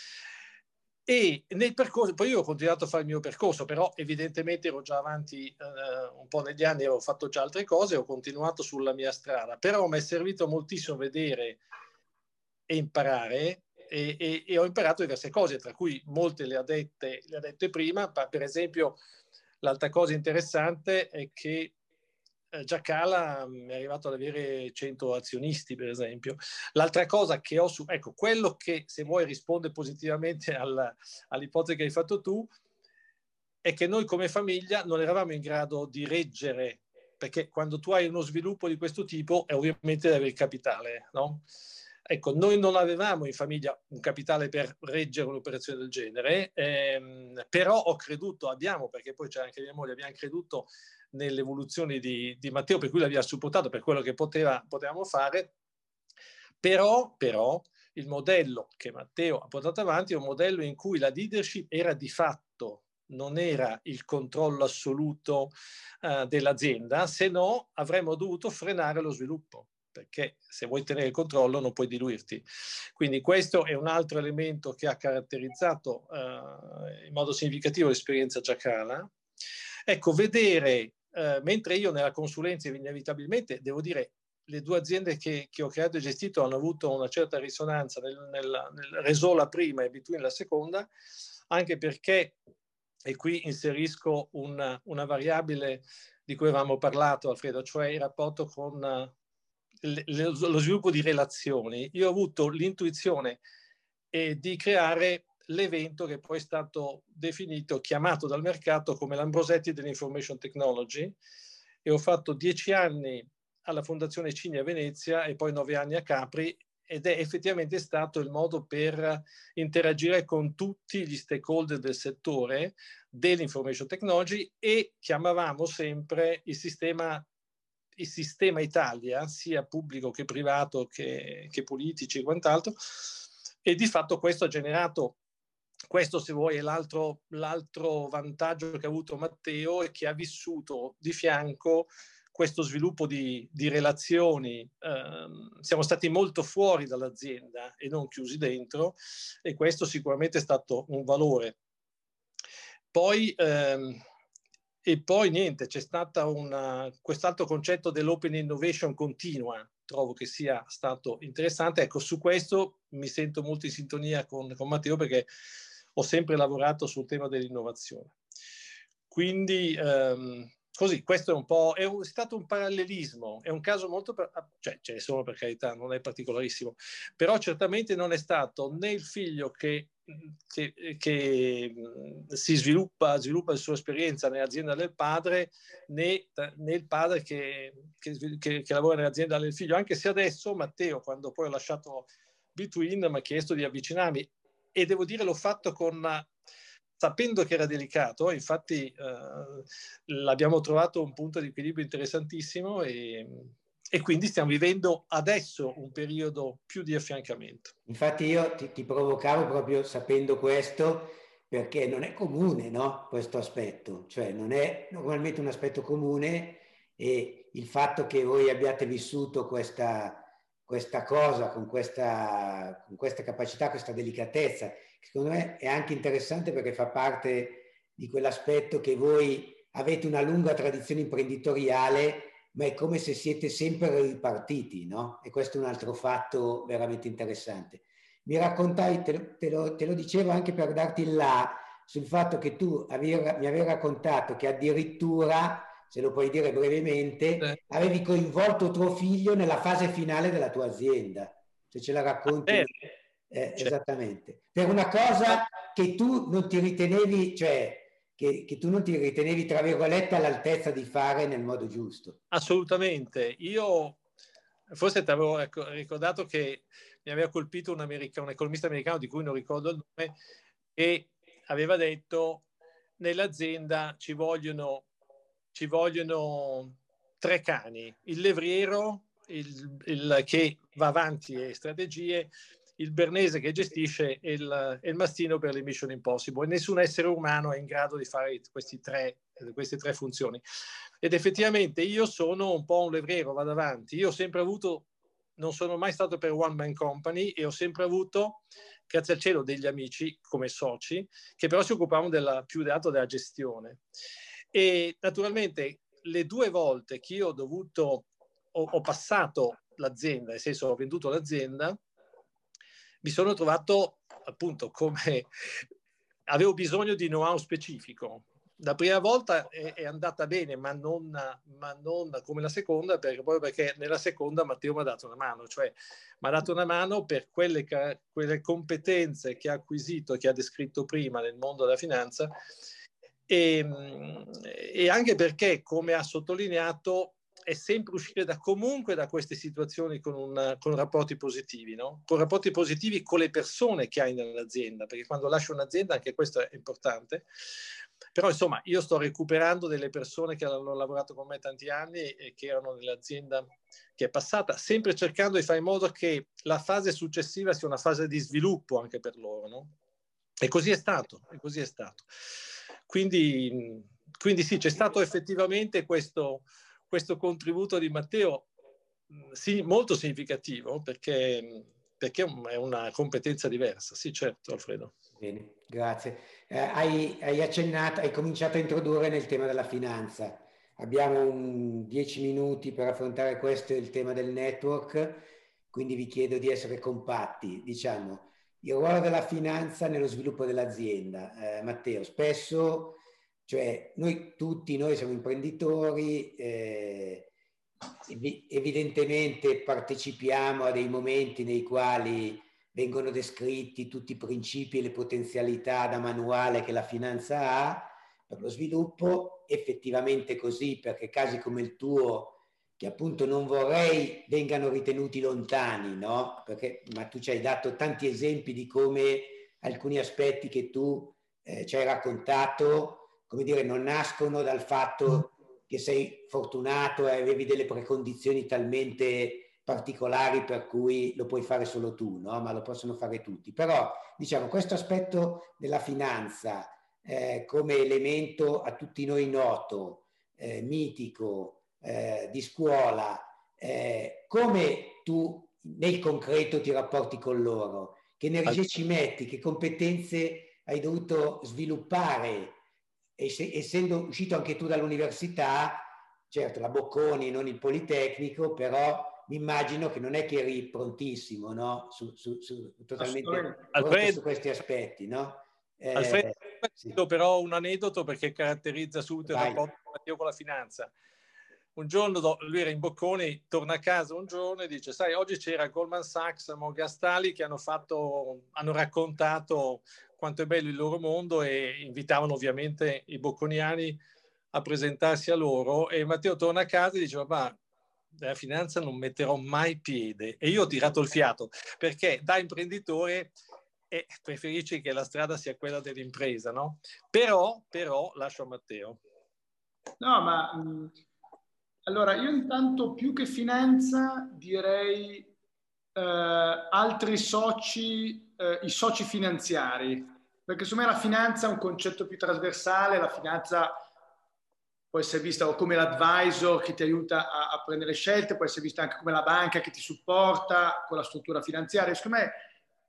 E nel percorso, poi io ho continuato a fare il mio percorso, però evidentemente ero già avanti un po' negli anni, avevo fatto già altre cose, ho continuato sulla mia strada, però mi è servito moltissimo vedere e imparare, e ho imparato diverse cose, tra cui molte le ha dette prima. Per esempio, l'altra cosa interessante è che Giacala è arrivato ad avere 100 azionisti, per esempio. L'altra cosa che ho ecco, quello che, se vuoi, risponde positivamente all'ipotesi che hai fatto tu, è che noi come famiglia non eravamo in grado di reggere, perché quando tu hai uno sviluppo di questo tipo è ovviamente devi avere il capitale, no? Ecco, noi non avevamo in famiglia un capitale per reggere un'operazione del genere, però abbiamo, perché poi c'è anche mia moglie, abbiamo creduto nelle evoluzioni di Matteo, per cui l'abbiamo supportato per quello che potevamo fare, però il modello che Matteo ha portato avanti è un modello in cui la leadership era di fatto, non era il controllo assoluto dell'azienda, se no avremmo dovuto frenare lo sviluppo, perché se vuoi tenere il controllo non puoi diluirti. Quindi questo è un altro elemento che ha caratterizzato in modo significativo l'esperienza Giacala. Ecco, vedere, mentre io nella consulenza inevitabilmente, devo dire, le 2 aziende che ho creato e gestito hanno avuto una certa risonanza nel Resola prima e Between la seconda, anche perché, e qui inserisco una variabile di cui avevamo parlato, Alfredo, cioè il rapporto con lo sviluppo di relazioni. Io ho avuto l'intuizione di creare l'evento che poi è stato chiamato dal mercato come l'Ambrosetti dell'Information Technology, e ho fatto 10 anni alla Fondazione Cini a Venezia e poi 9 anni a Capri, ed è effettivamente stato il modo per interagire con tutti gli stakeholder del settore dell'information technology, e chiamavamo sempre il sistema Italia, sia pubblico che privato che politici e quant'altro, e di fatto questo ha generato, questo se vuoi è l'altro vantaggio che ha avuto Matteo, e che ha vissuto di fianco questo sviluppo di relazioni. Siamo stati molto fuori dall'azienda e non chiusi dentro, e questo sicuramente è stato un valore. E poi niente, c'è stata quest'altro concetto dell'open innovation continua, trovo che sia stato interessante. Ecco, su questo mi sento molto in sintonia con Matteo, perché ho sempre lavorato sul tema dell'innovazione. Quindi così, questo è un po', è stato un parallelismo, è un caso molto, cioè ce ne sono per carità, non è particolarissimo, però certamente non è stato né il figlio che si sviluppa la sua esperienza nell'azienda del padre, né il padre che lavora nell'azienda del figlio, anche se adesso Matteo, quando poi ho lasciato Between, mi ha chiesto di avvicinarmi, e devo dire l'ho fatto sapendo che era delicato. Infatti l'abbiamo trovato un punto di equilibrio interessantissimo, e quindi stiamo vivendo adesso un periodo più di affiancamento. Infatti io ti provocavo proprio sapendo questo, perché non è comune, no? Questo aspetto, cioè non è normalmente un aspetto comune, e il fatto che voi abbiate vissuto questa cosa con questa capacità, questa delicatezza, secondo me è anche interessante, perché fa parte di quell'aspetto che voi avete una lunga tradizione imprenditoriale, ma è come se siete sempre ripartiti, no? E questo è un altro fatto veramente interessante. Mi raccontai, te lo dicevo anche per darti il là, sul fatto che tu mi avevi raccontato che addirittura, se lo puoi dire brevemente, avevi coinvolto tuo figlio nella fase finale della tua azienda. Se ce la racconti. Esattamente. Per una cosa che tu non ti ritenevi, cioè che tu non ti ritenevi, tra virgolette, all'altezza di fare nel modo giusto. Assolutamente. Io forse ti avevo ricordato che mi aveva colpito un economista americano, di cui non ricordo il nome, e aveva detto: nell'azienda ci vogliono 3 cani: il levriero, il che va avanti e strategie, il bernese che gestisce, e il mastino per le Mission Impossible. E nessun essere umano è in grado di fare queste tre funzioni. Ed effettivamente io sono un po' un levriero, vado avanti. Io ho sempre avuto, non sono mai stato per one man company, e ho sempre avuto, grazie al cielo, degli amici come soci, che però si occupavano più di altro della gestione. E naturalmente le 2 volte che io ho passato l'azienda, nel senso ho venduto l'azienda, mi sono trovato appunto come avevo bisogno di know-how specifico. La prima volta è andata bene, ma non come la seconda, perché nella seconda Matteo mi ha dato una mano, cioè mi ha dato una mano per quelle competenze che ha acquisito, che ha descritto prima nel mondo della finanza, e anche perché, come ha sottolineato, è sempre uscire comunque da queste situazioni con rapporti positivi, no? Con rapporti positivi con le persone che hai nell'azienda, perché quando lasci un'azienda, anche questo è importante. Però insomma, io sto recuperando delle persone che hanno lavorato con me tanti anni e che erano nell'azienda che è passata, sempre cercando di fare in modo che la fase successiva sia una fase di sviluppo anche per loro, no? E così è stato, Quindi sì, c'è stato effettivamente questo contributo di Matteo, sì, molto significativo, perché è una competenza diversa. Sì, certo, Alfredo. Bene, grazie. Hai accennato, hai cominciato a introdurre nel tema della finanza. Abbiamo 10 minuti per affrontare questo, il tema del network, quindi vi chiedo di essere compatti. Diciamo, il ruolo della finanza nello sviluppo dell'azienda. Matteo, spesso, cioè tutti noi siamo imprenditori, evidentemente partecipiamo a dei momenti nei quali vengono descritti tutti i principi e le potenzialità da manuale che la finanza ha per lo sviluppo. Effettivamente così, perché casi come il tuo, che appunto non vorrei vengano ritenuti lontani, no? Ma tu ci hai dato tanti esempi di come alcuni aspetti che tu ci hai raccontato, come dire, non nascono dal fatto che sei fortunato e avevi delle precondizioni talmente particolari per cui lo puoi fare solo tu, no? Ma lo possono fare tutti. Però, diciamo, questo aspetto della finanza come elemento a tutti noi noto, mitico, di scuola, come tu nel concreto ti rapporti con loro? Che energie ci metti? Che competenze hai dovuto sviluppare essendo uscito anche tu dall'università, certo la Bocconi, non il Politecnico, però mi immagino che non è che eri prontissimo, no? Totalmente pronto su questi aspetti, no? Alfredo, Sì. però un aneddoto perché caratterizza subito il rapporto di Matteo con la finanza. Un giorno lui era in Bocconi, torna a casa un giorno e dice: sai, oggi c'era Goldman Sachs, Morgan Stanley che hanno raccontato quanto è bello il loro mondo e invitavano ovviamente i bocconiani a presentarsi a loro, e Matteo torna a casa e dice: ma della finanza non metterò mai piede. E io ho tirato il fiato, perché da imprenditore preferisci che la strada sia quella dell'impresa, no? Però lascio a Matteo. No, ma allora io intanto più che finanza direi altri soci, i soci finanziari, perché secondo me la finanza è un concetto più trasversale, la finanza può essere vista come l'advisor che ti aiuta a prendere scelte, può essere vista anche come la banca che ti supporta con la struttura finanziaria. Secondo me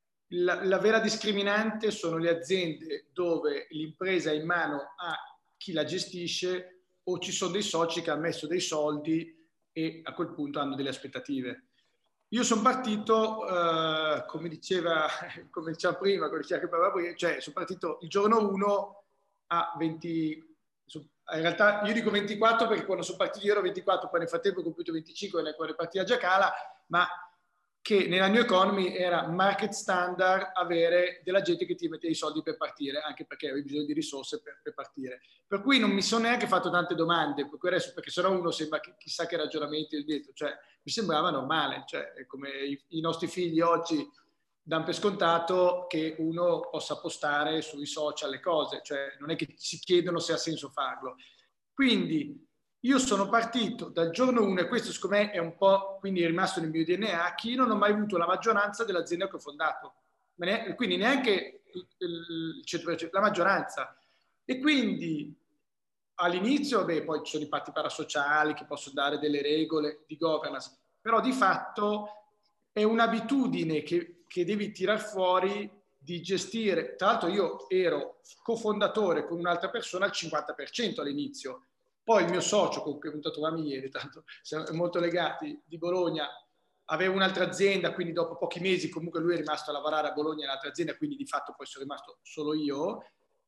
la vera discriminante sono le aziende dove l'impresa è in mano a chi la gestisce o ci sono dei soci che hanno messo dei soldi e a quel punto hanno delle aspettative. Io sono partito, come diceva prima, cioè sono partito il giorno 1 a 20, in realtà io dico 24 perché quando sono partito io ero 24, poi nel frattempo ho compiuto 25 quando è partita Giacala, ma che nella New Economy era market standard avere della gente che ti metteva i soldi per partire, anche perché avevi bisogno di risorse per partire. Per cui non mi sono neanche fatto tante domande, perché sennò uno sembra chissà che ragionamenti ho detto, cioè mi sembrava normale, cioè come i nostri figli oggi danno per scontato che uno possa postare sui social le cose, cioè non è che si chiedono se ha senso farlo. Quindi io sono partito dal giorno 1 e questo secondo me è un po', quindi è rimasto nel mio DNA, che io non ho mai avuto la maggioranza dell'azienda che ho fondato, quindi neanche il 100%, la maggioranza. E quindi all'inizio, poi ci sono i patti parasociali che possono dare delle regole di governance, però di fatto è un'abitudine che devi tirar fuori di gestire. Tra l'altro io ero cofondatore con un'altra persona al 50% all'inizio. Poi il mio socio, che è venuto a trovarmi ieri, tanto siamo molto legati, di Bologna, aveva un'altra azienda, quindi dopo pochi mesi comunque lui è rimasto a lavorare a Bologna in un'altra azienda, quindi di fatto poi sono rimasto solo io.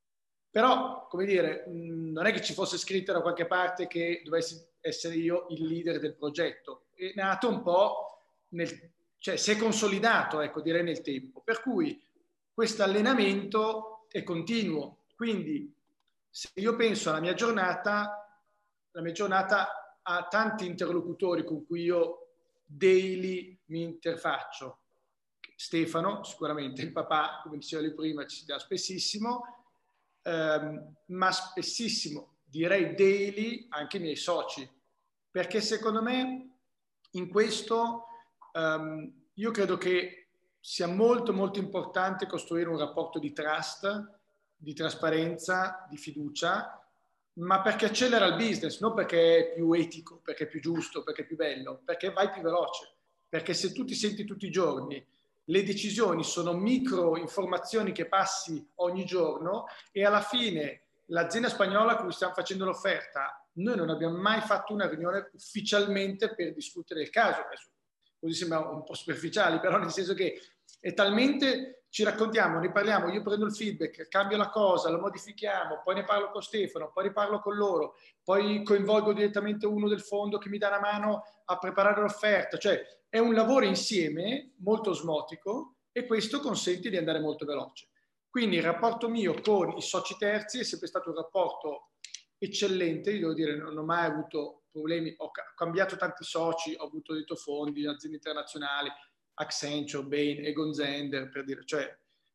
Però, come dire, non è che ci fosse scritto da qualche parte che dovessi essere io il leader del progetto. È nato un po', cioè si è consolidato, ecco, direi nel tempo. Per cui questo allenamento è continuo. Quindi se io penso alla mia giornata ha tanti interlocutori con cui io daily mi interfaccio. Stefano, sicuramente il papà, come diceva lui prima, ci si dà spessissimo, ma spessissimo, direi daily, anche i miei soci, perché secondo me in questo io credo che sia molto molto importante costruire un rapporto di trust, di trasparenza, di fiducia, ma perché accelera il business, non perché è più etico, perché è più giusto, perché è più bello, perché vai più veloce. Perché se tu ti senti tutti i giorni, le decisioni sono micro informazioni che passi ogni giorno e alla fine l'azienda spagnola a cui stiamo facendo l'offerta, noi non abbiamo mai fatto una riunione ufficialmente per discutere il caso. Così sembra un po' superficiali, però nel senso che è talmente, ci raccontiamo, ne parliamo, io prendo il feedback, cambio la cosa, lo modifichiamo, poi ne parlo con Stefano, poi ne parlo con loro, poi coinvolgo direttamente uno del fondo che mi dà una mano a preparare l'offerta, cioè è un lavoro insieme molto osmotico e questo consente di andare molto veloce. Quindi il rapporto mio con i soci terzi è sempre stato un rapporto eccellente, io devo dire, non ho mai avuto problemi, ho cambiato tanti soci, ho avuto detto fondi, aziende internazionali, Accenture, Bain, Egon Zehnder, per dire, cioè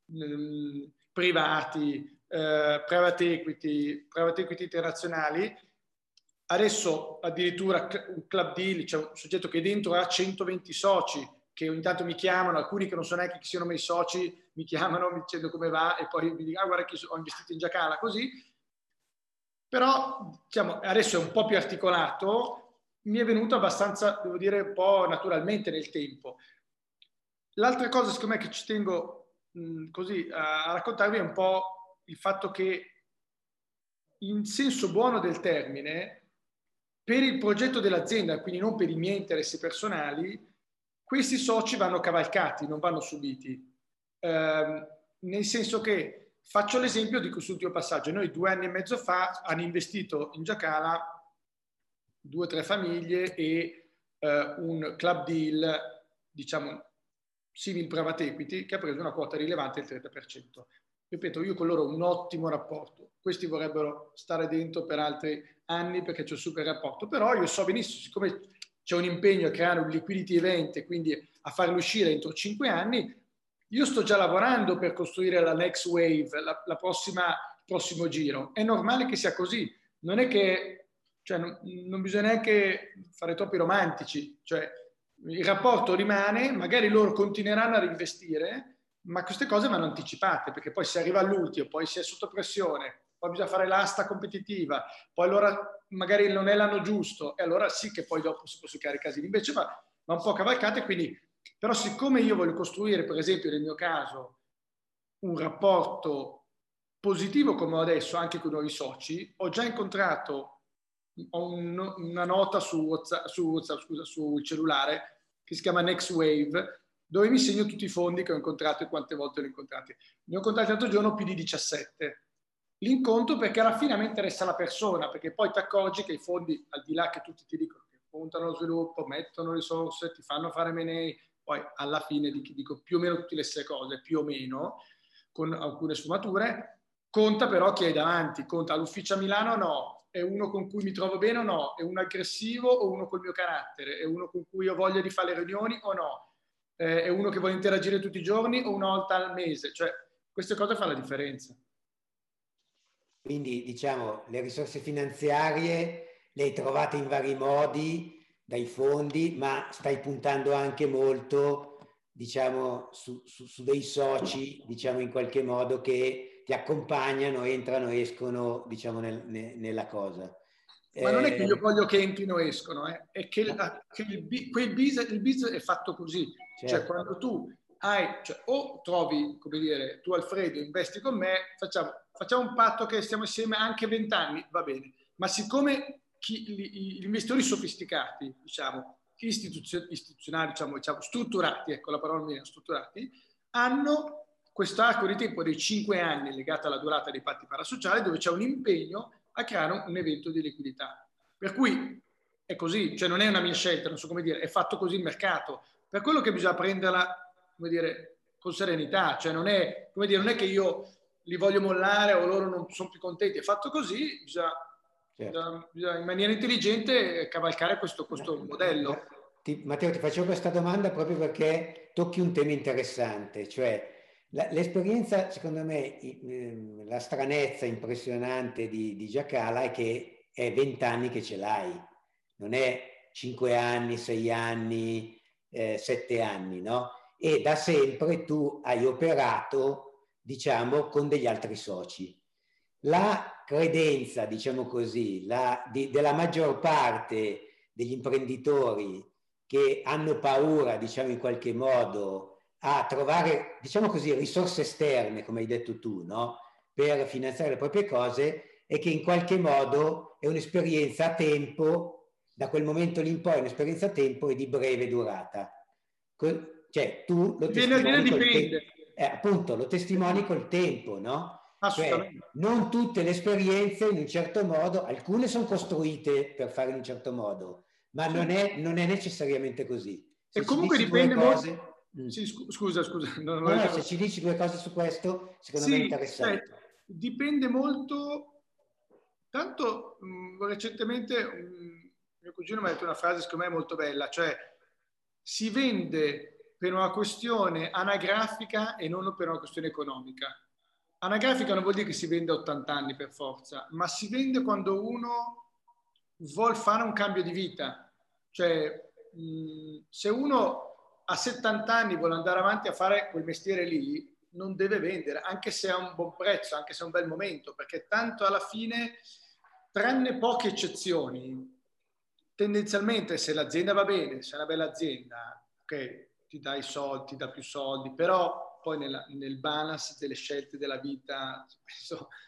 privati, private equity internazionali. Adesso addirittura un club deal, c'è un soggetto che dentro ha 120 soci, che ogni tanto mi chiamano, alcuni che non so neanche chi siano miei soci, mi chiamano mi dicendo come va e poi mi dicono, guarda che ho investito in Giacala, così. Però diciamo, adesso è un po' più articolato, mi è venuto abbastanza, devo dire, un po' naturalmente nel tempo. L'altra cosa, secondo me, che ci tengo così a raccontarvi è un po' il fatto che in senso buono del termine, per il progetto dell'azienda, quindi non per i miei interessi personali, questi soci vanno cavalcati, non vanno subiti. Nel senso che, faccio l'esempio di quest'ultimo passaggio, noi 2 anni e mezzo fa hanno investito in Giacala 2 o 3 famiglie e un club deal, diciamo, simil private equity, che ha preso una quota rilevante del 30%. Ripeto, io con loro ho un ottimo rapporto. Questi vorrebbero stare dentro per altri anni perché c'è un super rapporto, però io so benissimo, siccome c'è un impegno a creare un liquidity event e quindi a farlo uscire entro 5 anni, io sto già lavorando per costruire la next wave, il prossimo giro. È normale che sia così. Non è che, cioè, non bisogna neanche fare troppi romantici. Cioè, il rapporto rimane, magari loro continueranno a reinvestire, ma queste cose vanno anticipate, perché poi si arriva all'ultimo, poi si è sotto pressione, poi bisogna fare l'asta competitiva, poi allora magari non è l'anno giusto, e allora sì che poi dopo si possono creare casini. Invece va un po' cavalcate, quindi, però siccome io voglio costruire, per esempio nel mio caso, un rapporto positivo come ho adesso anche con i nuovi soci, ho già incontrato una nota sul cellulare che si chiama Next Wave, dove mi segno tutti i fondi che ho incontrato e quante volte li ho incontrati. Ne ho incontrati l'altro giorno più di 17. L'incontro perché alla fine a me interessa la persona, perché poi ti accorgi che i fondi, al di là che tutti ti dicono che puntano allo sviluppo, mettono risorse, ti fanno fare M&A, poi alla fine dico più o meno tutte le stesse cose, più o meno, con alcune sfumature, conta però chi hai davanti, conta all'ufficio a Milano o no, è uno con cui mi trovo bene o no, è uno aggressivo o uno col mio carattere, è uno con cui ho voglia di fare le riunioni o no, è uno che vuole interagire tutti i giorni o una volta al mese, cioè queste cose fanno la differenza. Quindi diciamo le risorse finanziarie le hai trovate in vari modi dai fondi, ma stai puntando anche molto diciamo su dei soci diciamo in qualche modo che ti accompagnano, entrano e escono diciamo nella cosa. Ma non è che io voglio che entrino e escono, è che il business è fatto così. Certo. Cioè quando tu hai, cioè, o trovi, come dire, tu Alfredo investi con me, facciamo un patto che stiamo insieme anche 20 anni, va bene. Ma siccome gli investitori sofisticati, diciamo, istituzionali, diciamo, strutturati, ecco la parola mia, strutturati, hanno questo arco di tempo dei 5 anni legato alla durata dei patti parasociali dove c'è un impegno a creare un evento di liquidità. Per cui è così, cioè non è una mia scelta, non so come dire, è fatto così il mercato. Per quello che bisogna prenderla, come dire, con serenità, cioè non è, come dire, non è che io li voglio mollare o loro non sono più contenti, è fatto così, bisogna in maniera intelligente cavalcare questo modello. Matteo, ti facevo questa domanda proprio perché tocchi un tema interessante, cioè l'esperienza, secondo me, la stranezza impressionante di Giacala è che è 20 anni che ce l'hai, non è 5 anni, 6 anni, 7 anni, no? E da sempre tu hai operato, diciamo, con degli altri soci. La credenza, diciamo così, della maggior parte degli imprenditori che hanno paura, diciamo in qualche modo, a trovare, diciamo così, risorse esterne, come hai detto tu, no? Per finanziare le proprie cose, e che in qualche modo è un'esperienza a tempo, da quel momento lì in poi è un'esperienza a tempo e di breve durata. Cioè tu lo testimoni col tempo, appunto, lo testimoni col tempo, no? Cioè, non tutte le esperienze in un certo modo, alcune sono costruite per fare in un certo modo, ma non è necessariamente così. Se e comunque dipende molto. Sì, scusa. Se ci dici 2 cose su questo, secondo me è interessante. Dipende molto. Tanto recentemente mio cugino mi ha detto una frase secondo me molto bella, cioè si vende per una questione anagrafica e non per una questione economica. Anagrafica non vuol dire che si vende a 80 anni per forza, ma si vende quando uno vuol fare un cambio di vita. Cioè, se uno a 70 anni vuole andare avanti a fare quel mestiere lì, non deve vendere, anche se ha un buon prezzo, anche se è un bel momento, perché tanto alla fine, tranne poche eccezioni, tendenzialmente se l'azienda va bene, se è una bella azienda, ok, ti dà i soldi, ti dà più soldi, però poi nel balance delle scelte della vita, penso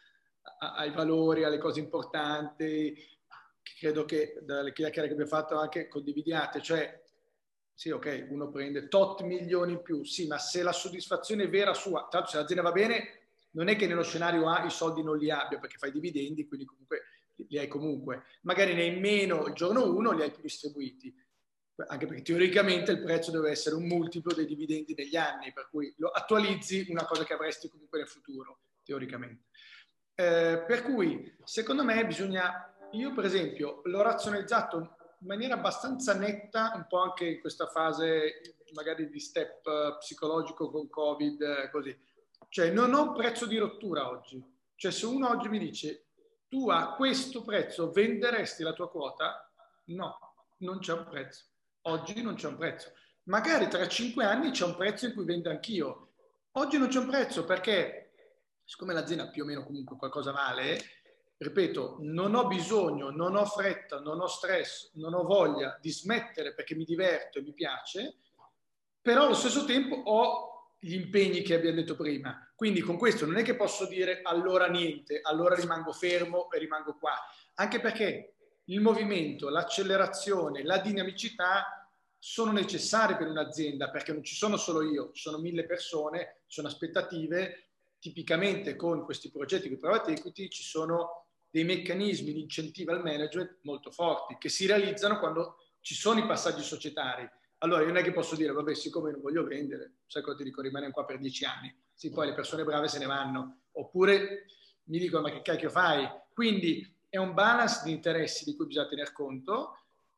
ai valori, alle cose importanti, che credo che dalle chiacchiere che abbiamo fatto anche condividiate, cioè sì, ok, uno prende tot milioni in più, sì, ma se la soddisfazione vera sua, tanto se l'azienda va bene, non è che nello scenario A i soldi non li abbia perché fai dividendi, quindi comunque li hai comunque. Magari ne hai meno il giorno 1, li hai più distribuiti, anche perché teoricamente il prezzo deve essere un multiplo dei dividendi negli anni, per cui lo attualizzi una cosa che avresti comunque nel futuro, teoricamente. Per cui, secondo me, io per esempio l'ho razionalizzato in maniera abbastanza netta, un po' anche in questa fase magari di step psicologico con Covid, così. Cioè non ho un prezzo di rottura oggi. Cioè se uno oggi mi dice tu a questo prezzo venderesti la tua quota? No, non c'è un prezzo. Oggi non c'è un prezzo. Magari tra 5 anni c'è un prezzo in cui vendo anch'io. Oggi non c'è un prezzo perché, siccome l'azienda più o meno comunque qualcosa vale, ripeto, non ho bisogno, non ho fretta, non ho stress, non ho voglia di smettere perché mi diverto e mi piace, però allo stesso tempo ho gli impegni che abbiamo detto prima. Quindi con questo non è che posso dire allora niente, allora rimango fermo e rimango qua. Anche perché il movimento, l'accelerazione, la dinamicità sono necessari per un'azienda, perché non ci sono solo io, ci sono 1000 persone, ci sono aspettative. Tipicamente con questi progetti di private equity ci sono dei meccanismi di incentivo al management molto forti che si realizzano quando ci sono i passaggi societari. Allora io non è che posso dire vabbè, siccome non voglio vendere, sai cosa ti dico, rimaniamo qua per 10 anni, sì, poi le persone brave se ne vanno, oppure mi dicono ma che cacchio fai? Quindi è un balance di interessi di cui bisogna tener conto.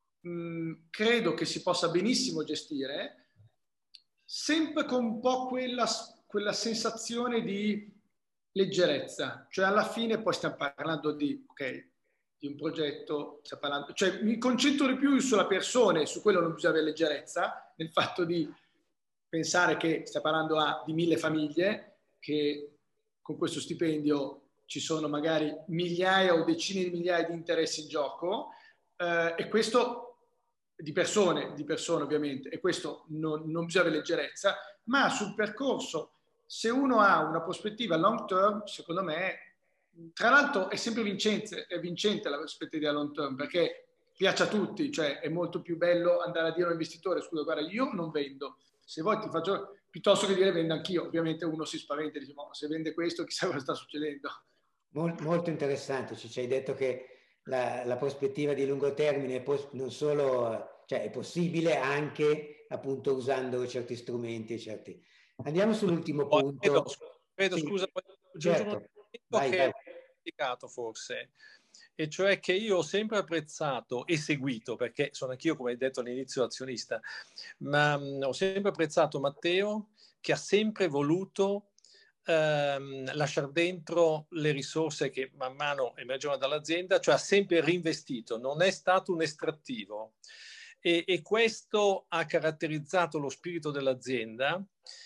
Credo che si possa benissimo gestire, sempre con un po' quella sensazione di leggerezza, cioè alla fine poi stiamo parlando di, okay, di un progetto, cioè mi concentro di più sulla persona e su quello non bisogna avere leggerezza, nel fatto di pensare che stiamo parlando di 1000 famiglie, che con questo stipendio ci sono magari migliaia o decine di migliaia di interessi in gioco, e questo di persone ovviamente, e questo non bisogna avere leggerezza, ma sul percorso, se uno ha una prospettiva long term, secondo me, tra l'altro è sempre vincente la prospettiva long term, perché piace a tutti, cioè è molto più bello andare a dire a un investitore, scusa, guarda, io non vendo, se vuoi ti faccio, piuttosto che dire vendo anch'io. Ovviamente uno si spaventa e dice, ma se vende questo chissà cosa sta succedendo. Molto interessante, ci hai detto che la prospettiva di lungo termine non solo, cioè è possibile anche appunto usando certi strumenti e certi. Andiamo sull'ultimo punto. Credo, sì, scusa, certo. un punto che ho dimenticato forse, e cioè che io ho sempre apprezzato e seguito, perché sono anch'io, come hai detto all'inizio, azionista, ma ho sempre apprezzato Matteo, che ha sempre voluto lasciare dentro le risorse che man mano emergono dall'azienda, cioè ha sempre reinvestito, non è stato un estrattivo. E questo ha caratterizzato lo spirito dell'azienda.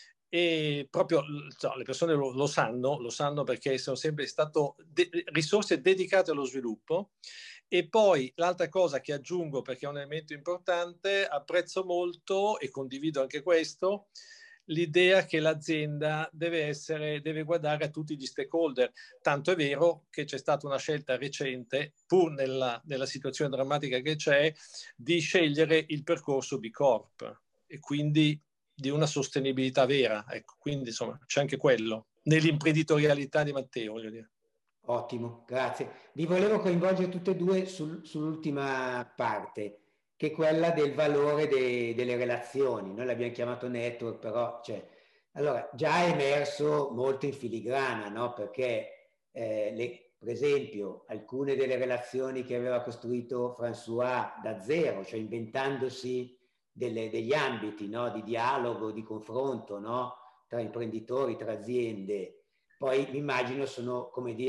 E proprio le persone lo sanno perché sono sempre stato risorse dedicate allo sviluppo. E poi l'altra cosa che aggiungo, perché è un elemento importante, apprezzo molto e condivido anche questo, l'idea che l'azienda deve guardare a tutti gli stakeholder. Tanto è vero che c'è stata una scelta recente, pur nella situazione drammatica che c'è, di scegliere il percorso B Corp e quindi di una sostenibilità vera. Ecco, quindi insomma c'è anche quello nell'imprenditorialità di Matteo, voglio dire. Ottimo, grazie. Vi volevo coinvolgere tutte e due sull'ultima parte, che è quella del valore delle relazioni. Noi l'abbiamo chiamato network, però allora, già è emerso molto in filigrana, no? Perché per esempio alcune delle relazioni che aveva costruito François da zero, cioè inventandosi degli ambiti, no? Di dialogo, di confronto, no? Tra imprenditori, tra aziende. Poi mi immagino sono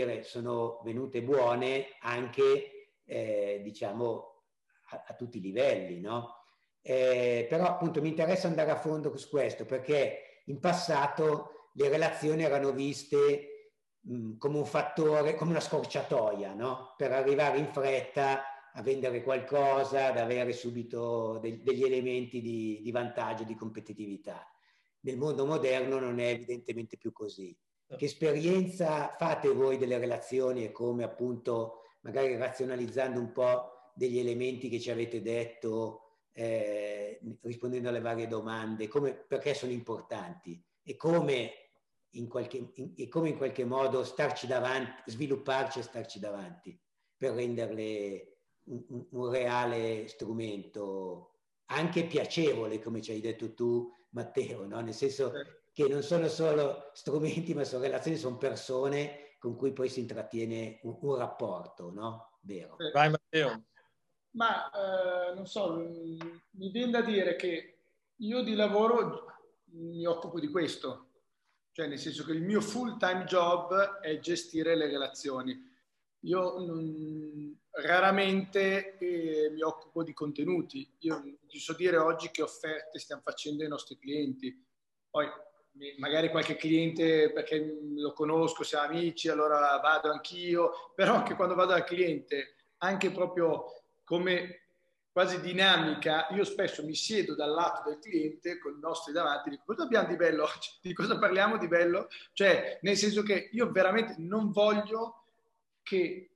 venute buone anche, diciamo, a tutti i livelli, no? Però appunto mi interessa andare a fondo su questo, perché in passato le relazioni erano viste come un fattore, come una scorciatoia, no? Per arrivare in fretta a vendere qualcosa, ad avere subito degli elementi di vantaggio, di competitività. Nel mondo moderno non è evidentemente più così. Che esperienza fate voi delle relazioni e come appunto, magari razionalizzando un po' degli elementi che ci avete detto, rispondendo alle varie domande, perché sono importanti e come in qualche modo starci davanti, svilupparci e starci davanti per renderle un reale strumento anche piacevole, come ci hai detto tu, Matteo, no? Nel senso che non sono solo strumenti, ma sono relazioni, sono persone con cui poi si intrattiene un rapporto, no? Vero? Vai Matteo. Ma non so, mi viene da dire che io di lavoro mi occupo di questo, cioè nel senso che il mio full time job è gestire le relazioni. Io raramente mi occupo di contenuti. Io ti so dire oggi che offerte stiamo facendo ai nostri clienti. Poi magari qualche cliente perché lo conosco, siamo amici, allora vado anch'io, però anche quando vado dal cliente, anche proprio come quasi dinamica, io spesso mi siedo dal lato del cliente con i nostri davanti, dico cosa abbiamo di bello oggi? Di cosa parliamo di bello? Cioè, nel senso che io veramente non voglio che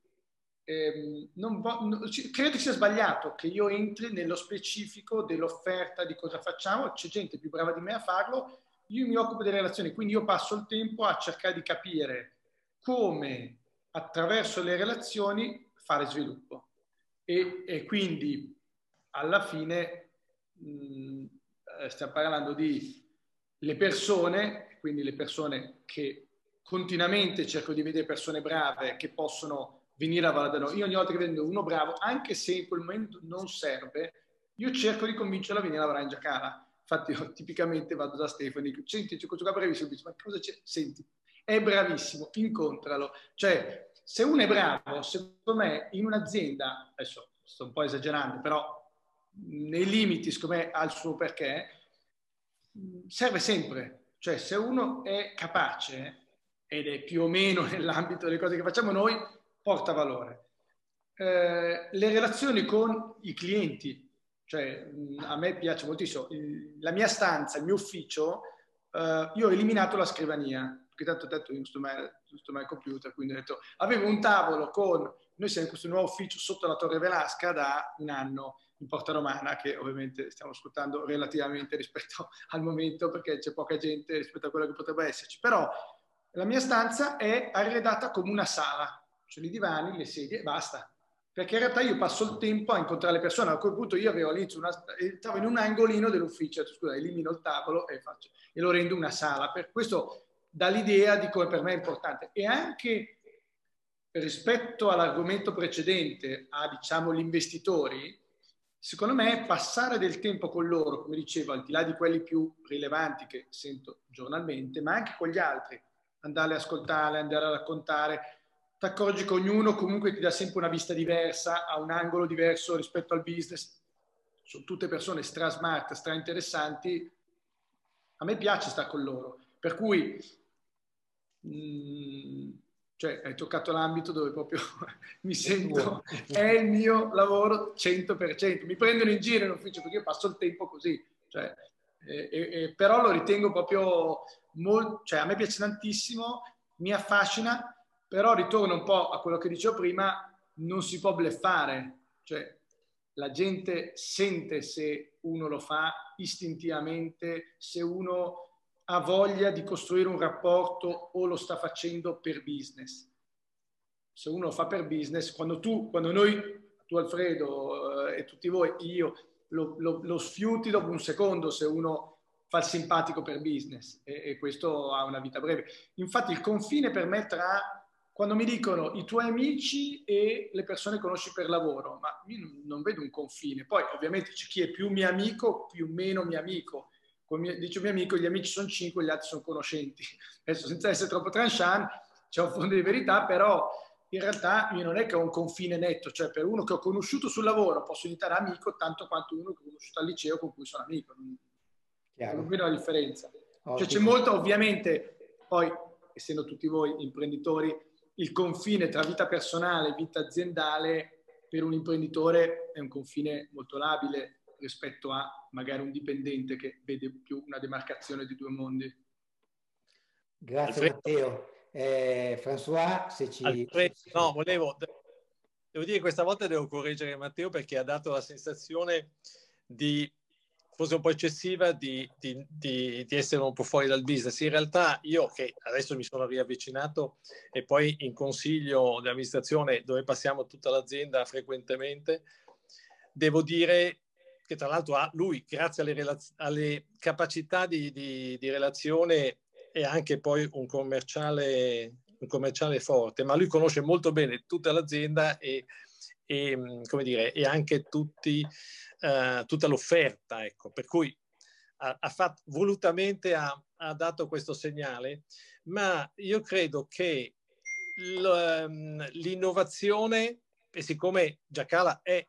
credo che sia sbagliato che io entri nello specifico dell'offerta, di cosa facciamo, c'è gente più brava di me a farlo, io mi occupo delle relazioni, quindi io passo il tempo a cercare di capire come attraverso le relazioni fare sviluppo e quindi alla fine stiamo parlando di le persone, quindi le persone che continuamente cerco di vedere persone brave che possono venire a lavorare da noi. Io ogni volta che vedo uno bravo, anche se in quel momento non serve, io cerco di convincerlo a venire a lavorare in Giacara. Infatti io tipicamente vado da Stefano e dico, senti, c'è questo qua bravissimo, ma cosa c'è? Senti, è bravissimo, incontralo. Cioè, se uno è bravo, secondo me, in un'azienda, adesso sto un po' esagerando, però nei limiti, secondo me, ha il suo perché, serve sempre. Cioè, se uno è capace, ed è più o meno nell'ambito delle cose che facciamo noi, porta valore. Le relazioni con i clienti, cioè a me piace moltissimo. La mia stanza, il mio ufficio, io ho eliminato la scrivania, perché tanto ho detto io non sto mai al computer, quindi ho detto, avevo un tavolo con, noi siamo in questo nuovo ufficio sotto la Torre Velasca da un anno in Porta Romana, che ovviamente stiamo sfruttando relativamente rispetto al momento, perché c'è poca gente rispetto a quello che potrebbe esserci, però la mia stanza è arredata come una sala, cioè i divani, le sedie e basta. Perché in realtà io passo il tempo a incontrare le persone. A quel punto io avevo all'inizio stavo in un angolino dell'ufficio, scusa, elimino il tavolo e lo rendo una sala. Per questo dà l'idea di come per me è importante. E anche rispetto all'argomento precedente, a diciamo gli investitori, secondo me passare del tempo con loro, come dicevo, al di là di quelli più rilevanti che sento giornalmente, ma anche con gli altri, andarli a ascoltare, andare a raccontare, ti accorgi che ognuno comunque ti dà sempre una vista diversa, ha un angolo diverso rispetto al business. Sono tutte persone stra smart, stra interessanti. A me piace stare con loro. Per cui, cioè, hai toccato l'ambito dove proprio mi sento, è il mio lavoro 100%. Mi prendono in giro in ufficio perché io passo il tempo così. Cioè, però lo ritengo proprio molto, cioè a me piace tantissimo, mi affascina, però ritorno un po' a quello che dicevo prima, non si può bluffare, cioè la gente sente se uno lo fa istintivamente, se uno ha voglia di costruire un rapporto o lo sta facendo per business. Se uno lo fa per business, quando noi, tu Alfredo e tutti voi, io, lo sfiuti dopo un secondo se uno fa il simpatico per business e questo ha una vita breve. Infatti il confine per me tra quando mi dicono i tuoi amici e le persone che conosci per lavoro, ma io non vedo un confine. Poi ovviamente c'è chi è più mio amico, più meno mio amico. Come dice mio amico, gli amici sono 5, gli altri sono conoscenti. Adesso senza essere troppo tranchant, c'è un fondo di verità, però in realtà io non è che ho un confine netto, cioè per uno che ho conosciuto sul lavoro posso diventare amico tanto quanto uno che ho conosciuto al liceo con cui sono amico. Non vedo la differenza. Cioè c'è molto, ovviamente, poi essendo tutti voi imprenditori, il confine tra vita personale e vita aziendale per un imprenditore è un confine molto labile rispetto a magari un dipendente che vede più una demarcazione di due mondi. Grazie Matteo. François, se ci... No, devo dire che questa volta devo correggere Matteo perché ha dato la sensazione di, forse un po' eccessiva, di essere un po' fuori dal business. In realtà io, che adesso mi sono riavvicinato e poi in consiglio di amministrazione dove passiamo tutta l'azienda frequentemente, devo dire che tra l'altro lui, grazie alle capacità di relazione, è anche poi un commerciale forte, ma lui conosce molto bene tutta l'azienda e come dire, e anche tutta l'offerta, ecco. Per cui volutamente ha dato questo segnale, ma io credo che l'innovazione, e siccome Giacala è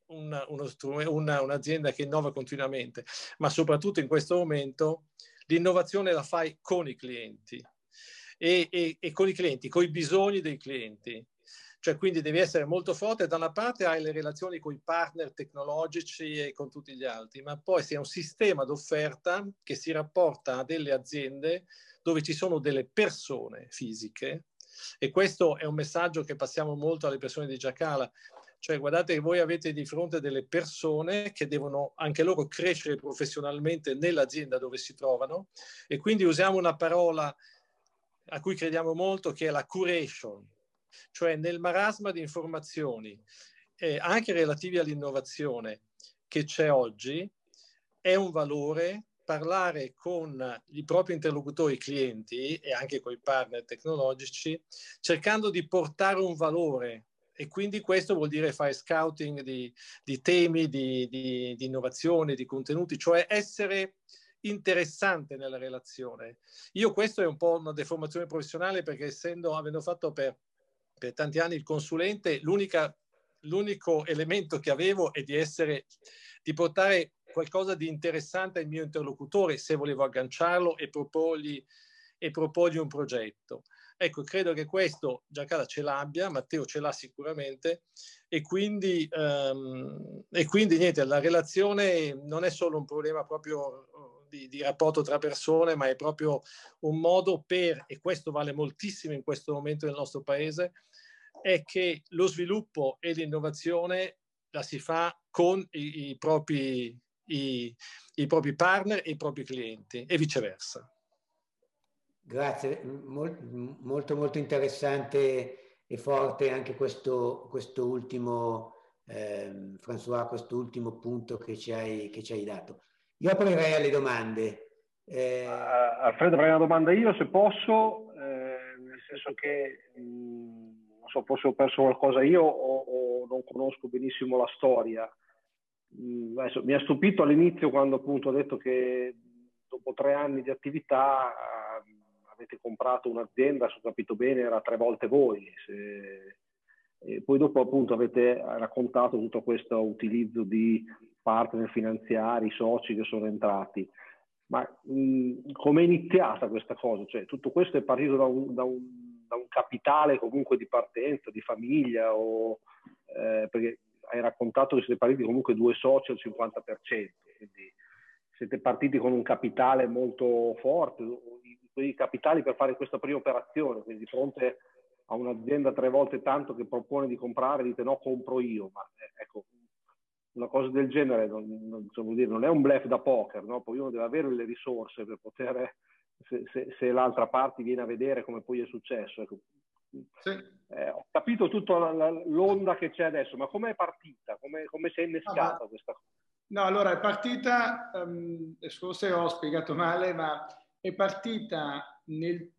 un'azienda che innova continuamente, ma soprattutto in questo momento l'innovazione la fai con i clienti e con i clienti, con i bisogni dei clienti. Cioè, quindi devi essere molto forte. Da una parte hai le relazioni con i partner tecnologici e con tutti gli altri, ma poi sei un sistema d'offerta che si rapporta a delle aziende dove ci sono delle persone fisiche, e questo è un messaggio che passiamo molto alle persone di Giacala. Cioè, guardate che voi avete di fronte delle persone che devono anche loro crescere professionalmente nell'azienda dove si trovano, e quindi usiamo una parola a cui crediamo molto, che è la curation. Cioè, nel marasma di informazioni, anche relativi all'innovazione che c'è oggi, è un valore parlare con i propri interlocutori clienti e anche con i partner tecnologici, cercando di portare un valore. E quindi questo vuol dire fare scouting di temi, di innovazione, di contenuti, cioè essere interessante nella relazione. Io questo è un po' una deformazione professionale, perché avendo fatto per tanti anni il consulente, l'unico elemento che avevo è di portare qualcosa di interessante al mio interlocutore, se volevo agganciarlo e proporgli un progetto. Ecco, credo che questo Giancarlo ce l'abbia, Matteo ce l'ha sicuramente, e quindi niente, la relazione non è solo un problema proprio di rapporto tra persone, ma è proprio un modo e questo vale moltissimo in questo momento nel nostro paese, è che lo sviluppo e l'innovazione la si fa con i propri partner e i propri clienti e viceversa. Grazie, molto molto interessante e forte anche questo ultimo, François, questo ultimo punto che ci hai dato. Io aprirei alle domande. Alfredo, avrei una domanda io, se posso, nel senso che non so, forse ho perso qualcosa io o non conosco benissimo la storia. Adesso, mi ha stupito all'inizio quando appunto ho detto che dopo 3 anni di attività avete comprato un'azienda, se ho capito bene era 3 volte voi, e poi dopo appunto avete raccontato tutto questo utilizzo di partner finanziari, soci che sono entrati. Ma come è iniziata questa cosa? Cioè, tutto questo è partito da un capitale comunque di partenza, di famiglia, perché hai raccontato che siete partiti comunque 2 soci al 50%, quindi siete partiti con un capitale molto forte, i capitali per fare questa prima operazione, quindi di fronte a un'azienda 3 volte tanto che propone di comprare, dite no, compro io, ma ecco, una cosa del genere non è un bluff da poker, no? Poi uno deve avere le risorse per poter, se l'altra parte viene a vedere come poi è successo. Ecco. Sì. Ho capito tutta l'onda che c'è adesso, ma com'è partita? Come si è innescata questa cosa? No, allora è partita, forse ho spiegato male, ma è partita nel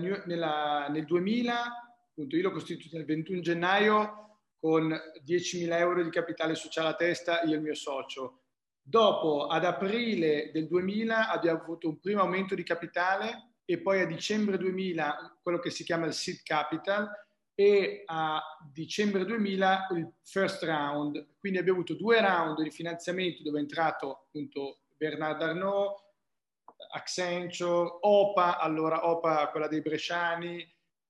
2000, appunto io l'ho costituita il 21 gennaio con 10.000 euro di capitale sociale a testa, io e il mio socio. Dopo, ad aprile del 2000, abbiamo avuto un primo aumento di capitale e poi a dicembre 2000 quello che si chiama il seed capital e a dicembre 2000 il first round. Quindi abbiamo avuto 2 round di finanziamento dove è entrato appunto Bernard Arnault, Accenture, OPA, allora OPA quella dei bresciani,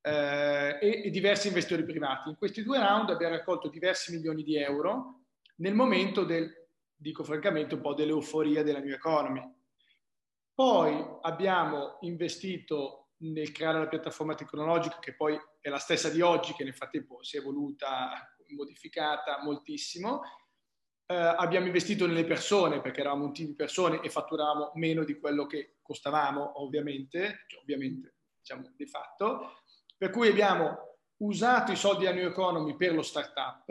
e diversi investitori privati. In questi 2 round abbiamo raccolto diversi milioni di euro nel momento dico francamente, un po' dell'euforia della New Economy. Poi abbiamo investito nel creare la piattaforma tecnologica, che poi è la stessa di oggi, che nel frattempo si è evoluta, modificata moltissimo. Abbiamo investito nelle persone, perché eravamo un team di persone e fatturavamo meno di quello che costavamo, ovviamente, diciamo di fatto, per cui abbiamo usato i soldi della New Economy per lo startup.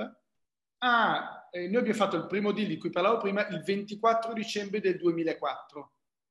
Noi abbiamo fatto il primo deal di cui parlavo prima il 24 dicembre del 2004.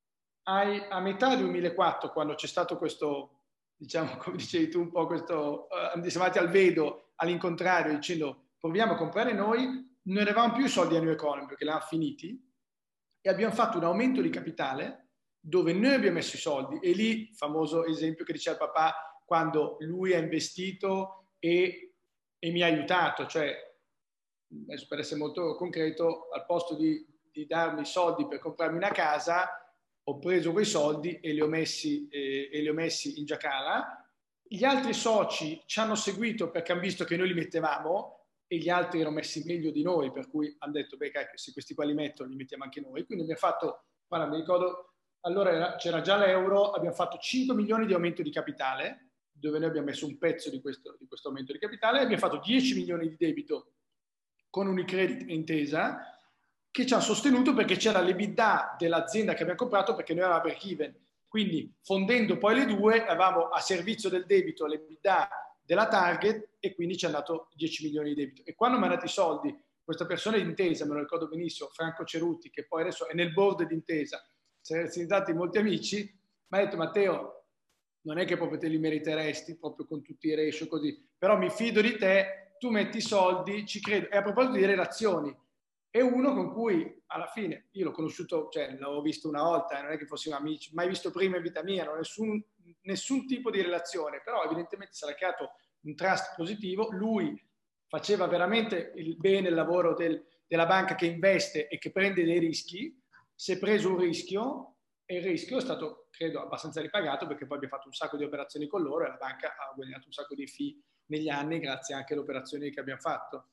A metà 2004, quando c'è stato questo, diciamo, come dicevi tu un po', questo, siamo andati al vedo, all'incontrario, dicendo proviamo a comprare noi, non avevamo più i soldi a New Economy perché li avevamo finiti, e abbiamo fatto un aumento di capitale dove noi abbiamo messo i soldi, e lì, famoso esempio che diceva papà, quando lui ha investito e mi ha aiutato, cioè, adesso per essere molto concreto, al posto di darmi i soldi per comprarmi una casa, ho preso quei soldi e li ho messi in giacala. Gli altri soci ci hanno seguito perché hanno visto che noi li mettevamo e gli altri erano messi meglio di noi, per cui hanno detto, beh, cacchio, se questi qua li mettono, li mettiamo anche noi. Quindi abbiamo fatto, guarda, mi ricordo, allora c'era già l'euro, abbiamo fatto 5 milioni di aumento di capitale, dove noi abbiamo messo un pezzo di questo aumento di capitale, e abbiamo fatto 10 milioni di debito con Unicredit e Intesa, che ci ha sostenuto perché c'era l'EBITDA dell'azienda che abbiamo comprato, perché noi avevamo break-even. Quindi, fondendo poi le due, avevamo a servizio del debito l'EBITDA della target, e quindi ci hanno dato 10 milioni di debito. E quando mi hanno dato i soldi, questa persona di Intesa, me lo ricordo benissimo, Franco Cerutti, che poi adesso è nel board di Intesa, siamo diventati molti amici, mi ha detto, Matteo, non è che proprio te li meriteresti, proprio con tutti i ratio così, però mi fido di te, tu metti i soldi, ci credo. E a proposito di relazioni, è uno con cui alla fine io l'ho conosciuto, cioè l'avevo visto una volta, non è che fossimo amici, mai visto prima in vita mia, non ho nessun tipo di relazione, però evidentemente si era creato un trust positivo. Lui faceva veramente bene il lavoro della banca che investe e che prende dei rischi, si è preso un rischio e il rischio è stato, credo, abbastanza ripagato, perché poi abbiamo fatto un sacco di operazioni con loro e la banca ha guadagnato un sacco di fee negli anni grazie anche alle operazioni che abbiamo fatto.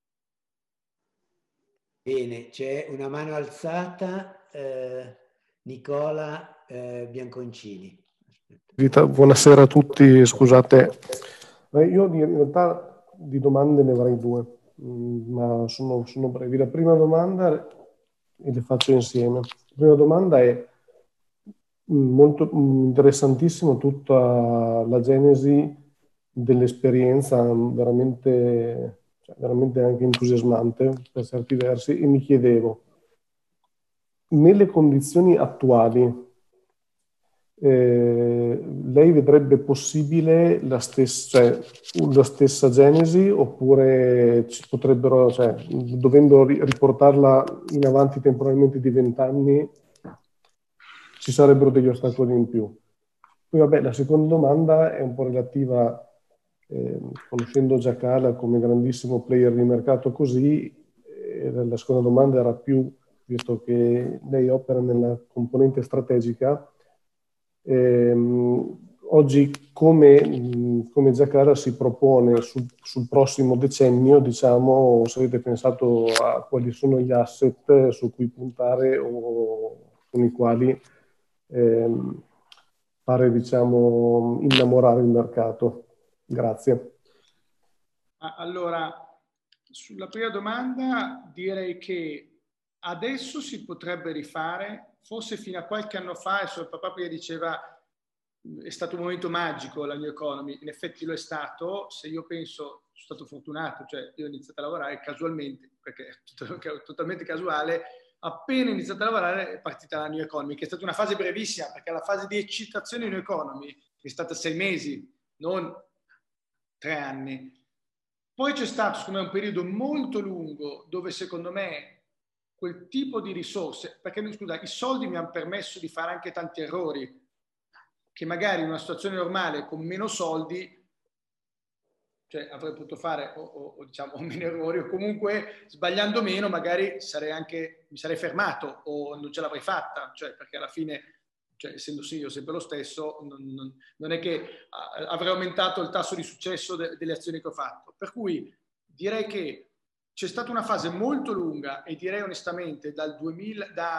Bene, c'è una mano alzata, Nicola Bianconcini. Buonasera a tutti, scusate, io in realtà di domande ne avrei due, ma sono brevi. La prima domanda, e le faccio insieme. La prima domanda è molto interessantissimo tutta la genesi dell'esperienza, veramente anche entusiasmante per certi versi, e mi chiedevo, nelle condizioni attuali, lei vedrebbe possibile la stessa genesi, oppure ci potrebbero, cioè, dovendo riportarla in avanti temporalmente di 20 anni, ci sarebbero degli ostacoli in più? Poi vabbè, la seconda domanda è un po' relativa, conoscendo Giacala come grandissimo player di mercato così, la seconda domanda era più, visto che lei opera nella componente strategica, oggi come Giacala si propone sul prossimo decennio, diciamo, se avete pensato a quali sono gli asset su cui puntare o con i quali fare, diciamo, innamorare il mercato. Grazie. Allora, sulla prima domanda direi che adesso si potrebbe rifare, forse fino a qualche anno fa, e il papà prima diceva è stato un momento magico la New Economy, in effetti lo è stato. Se io penso, sono stato fortunato, cioè io ho iniziato a lavorare casualmente, perché è totalmente casuale, appena iniziato a lavorare è partita la New Economy, che è stata una fase brevissima, perché la fase di eccitazione New Economy è stata 6 mesi, non 3 anni. Poi c'è stato, secondo me, un periodo molto lungo dove, secondo me, quel tipo di risorse, perché scusa, i soldi mi hanno permesso di fare anche tanti errori, che magari in una situazione normale con meno soldi, cioè avrei potuto fare diciamo meno errori, o comunque sbagliando meno magari mi sarei fermato o non ce l'avrei fatta, cioè perché alla fine, cioè, essendo io sempre lo stesso, non è che avrei aumentato il tasso di successo delle azioni che ho fatto. Per cui direi che c'è stata una fase molto lunga, e direi onestamente da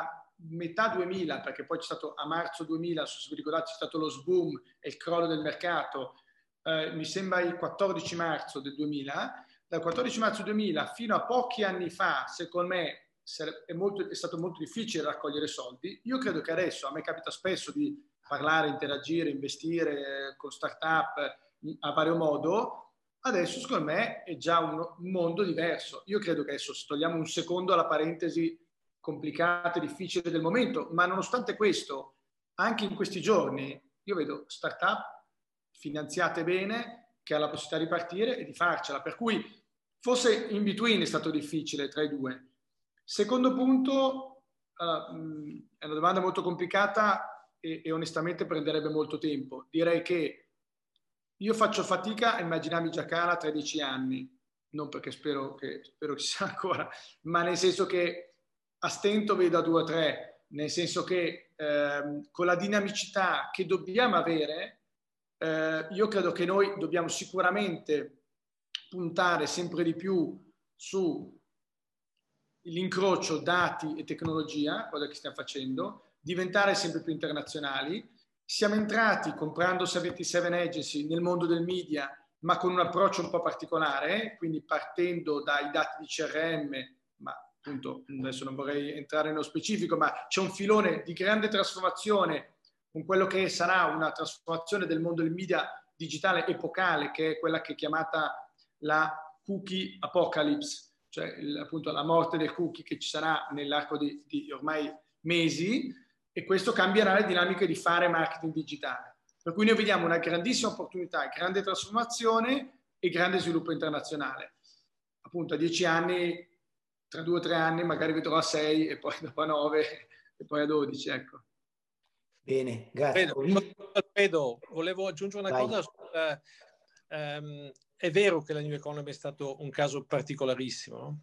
metà 2000, perché poi c'è stato a marzo 2000, se vi ricordate, c'è stato lo sboom e il crollo del mercato, mi sembra il 14 marzo del 2000, dal 14 marzo 2000 fino a pochi anni fa, secondo me, è stato molto difficile raccogliere soldi. Io credo che adesso, a me capita spesso di parlare, interagire, investire con start-up a vario modo, adesso secondo me è già un mondo diverso. Io credo che adesso, se togliamo un secondo alla parentesi complicata e difficile del momento, ma nonostante questo, anche in questi giorni, io vedo start-up finanziate bene, che ha la possibilità di partire e di farcela. Per cui forse in between è stato difficile tra i due. Secondo punto, è una domanda molto complicata e onestamente prenderebbe molto tempo. Direi che io faccio fatica a immaginarmi Giacara a 13 anni, non perché spero che ci sia ancora, ma nel senso che a stento vedo a 2 o 3, nel senso che con la dinamicità che dobbiamo avere, io credo che noi dobbiamo sicuramente puntare sempre di più sull'incrocio dati e tecnologia, cosa che stiamo facendo, diventare sempre più internazionali. Siamo entrati comprando 77 Agency nel mondo del media, ma con un approccio un po' particolare, quindi partendo dai dati di CRM, ma appunto adesso non vorrei entrare nello specifico, ma c'è un filone di grande trasformazione con quello che sarà una trasformazione del mondo del media digitale epocale, che è quella che è chiamata la cookie apocalypse, cioè appunto la morte del cookie che ci sarà nell'arco di ormai mesi, e questo cambierà le dinamiche di fare marketing digitale. Per cui noi vediamo una grandissima opportunità, grande trasformazione e grande sviluppo internazionale. Appunto a 10 anni, tra 2 o 3 anni magari vedrò a 6 e poi dopo a 9 e poi a 12, ecco. Bene, grazie. Alfredo, volevo aggiungere una cosa. È vero che la New Economy è stato un caso particolarissimo,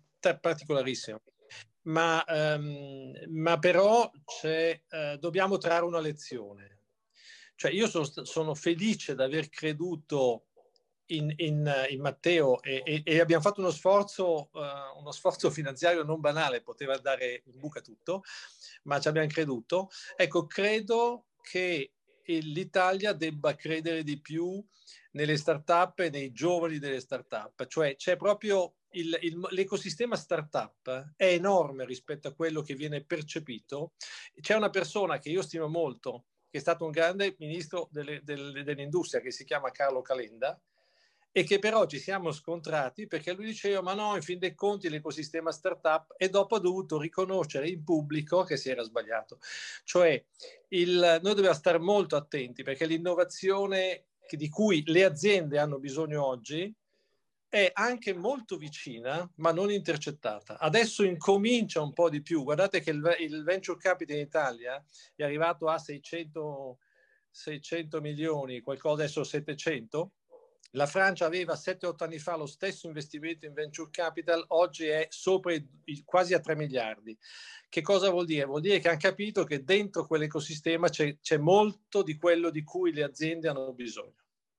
ma però dobbiamo trarre una lezione. Cioè io sono felice di aver creduto in Matteo e abbiamo fatto uno sforzo finanziario non banale, poteva andare in buca tutto, ma ci abbiamo creduto. Ecco, credo che l'Italia debba credere di più nelle start-up e nei giovani delle start-up, cioè c'è proprio l'ecosistema start-up è enorme rispetto a quello che viene percepito. C'è una persona che io stimo molto, che è stato un grande ministro dell'industria, che si chiama Carlo Calenda, e che però ci siamo scontrati perché lui diceva ma no, in fin dei conti l'ecosistema startup, e dopo ha dovuto riconoscere in pubblico che si era sbagliato. Cioè noi dobbiamo stare molto attenti, perché l'innovazione di cui le aziende hanno bisogno oggi è anche molto vicina ma non intercettata. Adesso incomincia un po' di più. Guardate che il venture capital in Italia è arrivato a 600 milioni, qualcosa, adesso 700. La Francia aveva 7-8 anni fa lo stesso investimento in venture capital, oggi è sopra quasi a 3 miliardi. Che cosa vuol dire? Vuol dire che hanno capito che dentro quell'ecosistema c'è molto di quello di cui le aziende hanno bisogno.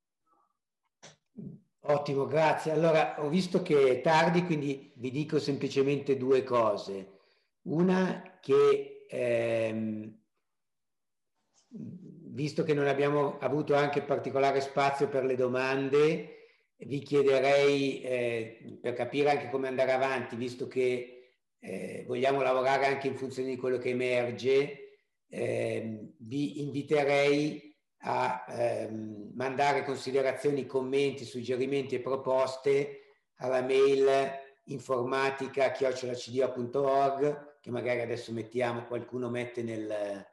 Ottimo, grazie. Allora, ho visto che è tardi, quindi vi dico semplicemente 2 cose. Una, che visto che non abbiamo avuto anche particolare spazio per le domande, vi chiederei, per capire anche come andare avanti, visto che vogliamo lavorare anche in funzione di quello che emerge, vi inviterei a mandare considerazioni, commenti, suggerimenti e proposte alla mail informatica@cda.org, che magari adesso qualcuno mette nella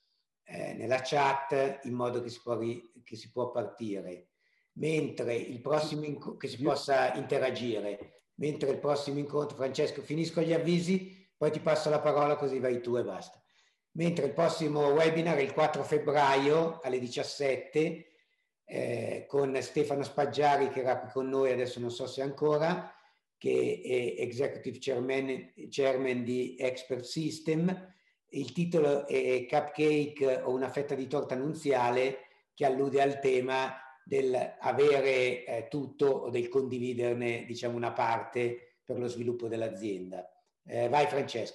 chat, in modo che si può partire, mentre il prossimo che si possa interagire, mentre il prossimo incontro, Francesco, finisco gli avvisi, poi ti passo la parola così vai tu e basta. Mentre il prossimo webinar è il 4 febbraio alle 17 con Stefano Spaggiari, che era qui con noi, adesso non so se ancora, che è Executive Chairman di Expert System. Il titolo è Cupcake o una fetta di torta nunziale, che allude al tema del avere tutto o del condividerne, diciamo, una parte per lo sviluppo dell'azienda. Vai Francesco.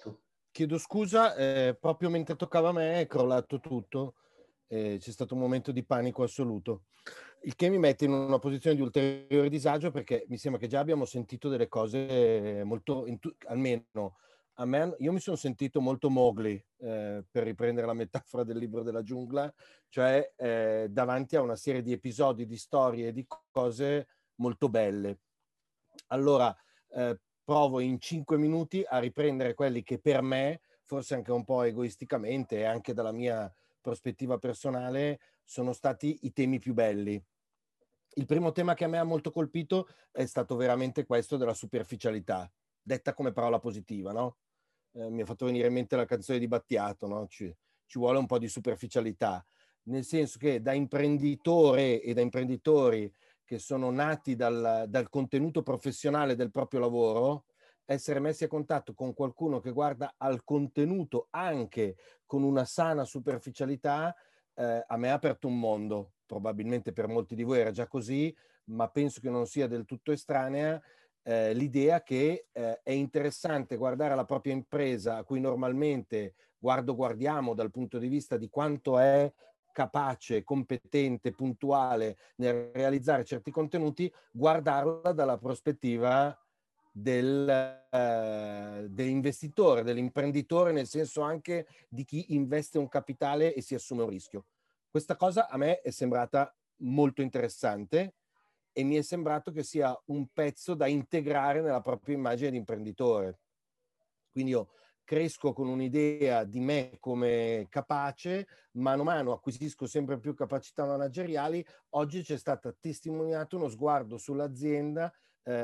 Chiedo scusa, proprio mentre toccava a me è crollato tutto, c'è stato un momento di panico assoluto, il che mi mette in una posizione di ulteriore disagio, perché mi sembra che già abbiamo sentito delle cose molto, almeno a me, io mi sono sentito molto Mowgli, per riprendere la metafora del libro della giungla, cioè davanti a una serie di episodi, di storie e di cose molto belle. Allora, provo in 5 minuti a riprendere quelli che per me, forse anche un po' egoisticamente e anche dalla mia prospettiva personale, sono stati i temi più belli. Il primo tema che a me ha molto colpito è stato veramente questo della superficialità, detta come parola positiva, no? Mi ha fatto venire in mente la canzone di Battiato, no? Ci vuole un po' di superficialità, nel senso che da imprenditore e da imprenditori che sono nati dal contenuto professionale del proprio lavoro, essere messi a contatto con qualcuno che guarda al contenuto anche con una sana superficialità, a me ha aperto un mondo. Probabilmente per molti di voi era già così, ma penso che non sia del tutto estranea l'idea che è interessante guardare la propria impresa, a cui normalmente guardiamo dal punto di vista di quanto è capace, competente, puntuale nel realizzare certi contenuti, guardarla dalla prospettiva dell'investitore, dell'imprenditore, nel senso anche di chi investe un capitale e si assume un rischio. Questa cosa a me è sembrata molto interessante e mi è sembrato che sia un pezzo da integrare nella propria immagine di imprenditore. Quindi io cresco con un'idea di me come capace, mano a mano acquisisco sempre più capacità manageriali. Oggi c'è stato testimoniato uno sguardo sull'azienda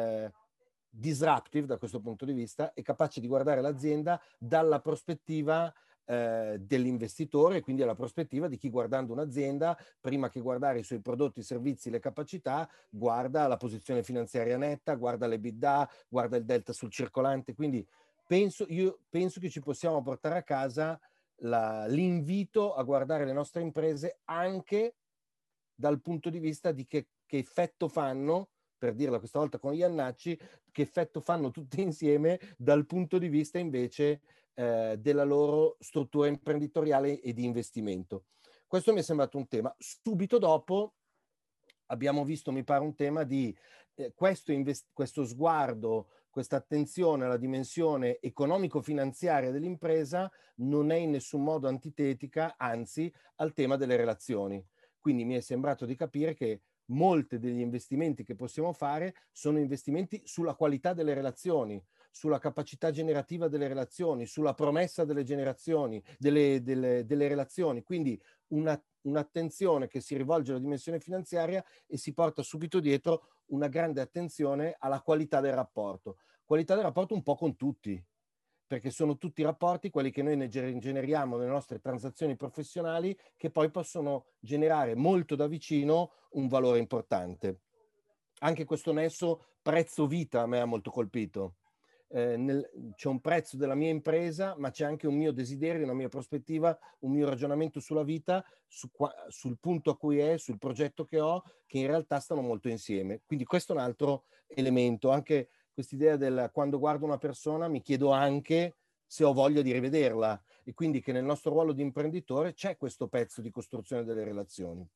disruptive da questo punto di vista e capace di guardare l'azienda dalla prospettiva dell'investitore, quindi alla prospettiva di chi, guardando un'azienda, prima che guardare i suoi prodotti, i servizi, le capacità, guarda la posizione finanziaria netta, guarda l'EBITDA, guarda il delta sul circolante. Quindi io penso che ci possiamo portare a casa l'invito a guardare le nostre imprese anche dal punto di vista di che effetto fanno, per dirla questa volta con Iannacci, che effetto fanno tutti insieme dal punto di vista invece della loro struttura imprenditoriale e di investimento. Questo mi è sembrato un tema. Subito dopo abbiamo visto, mi pare, un tema di questo sguardo, questa attenzione alla dimensione economico-finanziaria dell'impresa non è in nessun modo antitetica, anzi, al tema delle relazioni. Quindi mi è sembrato di capire che molti degli investimenti che possiamo fare sono investimenti sulla qualità delle relazioni, sulla capacità generativa delle relazioni, sulla promessa delle generazioni, delle relazioni. Quindi un'attenzione che si rivolge alla dimensione finanziaria e si porta subito dietro una grande attenzione alla qualità del rapporto. Qualità del rapporto un po' con tutti, perché sono tutti rapporti, quelli che noi ne generiamo nelle nostre transazioni professionali, che poi possono generare molto da vicino un valore importante. Anche questo nesso prezzo-vita a me ha molto colpito. C'è un prezzo della mia impresa, ma c'è anche un mio desiderio, una mia prospettiva, un mio ragionamento sulla vita, sul punto a cui è, sul progetto che ho, che in realtà stanno molto insieme. Quindi questo è un altro elemento. Anche quest'idea del quando guardo una persona mi chiedo anche se ho voglia di rivederla, e quindi che nel nostro ruolo di imprenditore c'è questo pezzo di costruzione delle relazioni.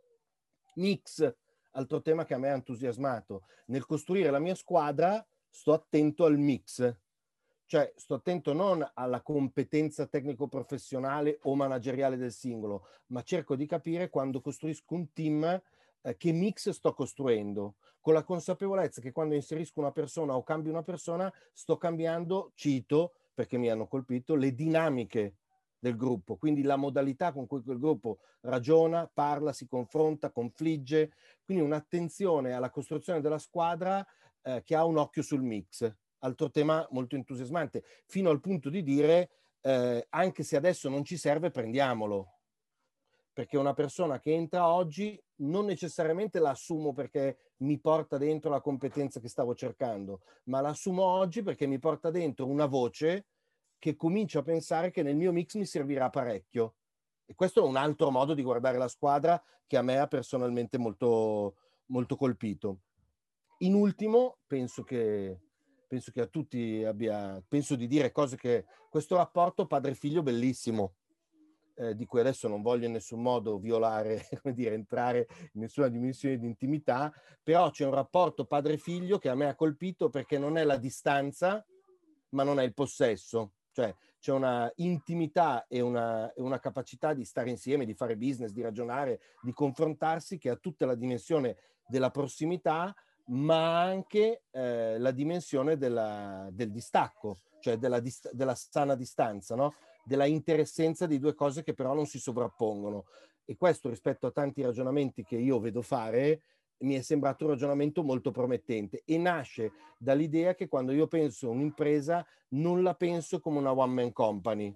Mix, altro tema che a me ha entusiasmato. Nel costruire la mia squadra sto attento al mix, cioè sto attento non alla competenza tecnico-professionale o manageriale del singolo, ma cerco di capire, quando costruisco un team, che mix sto costruendo, con la consapevolezza che quando inserisco una persona o cambio una persona sto cambiando, cito perché mi hanno colpito, le dinamiche del gruppo, quindi la modalità con cui quel gruppo ragiona, parla, si confronta, confligge, quindi un'attenzione alla costruzione della squadra che ha un occhio sul mix. Altro tema molto entusiasmante, fino al punto di dire anche se adesso non ci serve, prendiamolo, perché una persona che entra oggi non necessariamente la assumo perché mi porta dentro la competenza che stavo cercando, ma la assumo oggi perché mi porta dentro una voce che comincio a pensare che nel mio mix mi servirà parecchio. E questo è un altro modo di guardare la squadra che a me ha personalmente molto, molto colpito. In ultimo, penso che penso che a tutti penso di dire cose che questo rapporto padre-figlio bellissimo, di cui adesso non voglio in nessun modo violare, come dire, entrare in nessuna dimensione di intimità, però c'è un rapporto padre-figlio che a me ha colpito perché non è la distanza, ma non è il possesso. Cioè c'è una intimità e una capacità di stare insieme, di fare business, di ragionare, di confrontarsi, che ha tutta la dimensione della prossimità, ma anche la dimensione del distacco, cioè della sana distanza, no? Della interessenza di due cose che però non si sovrappongono. E questo, rispetto a tanti ragionamenti che io vedo fare, mi è sembrato un ragionamento molto promettente e nasce dall'idea che quando io penso a un'impresa non la penso come una one man company,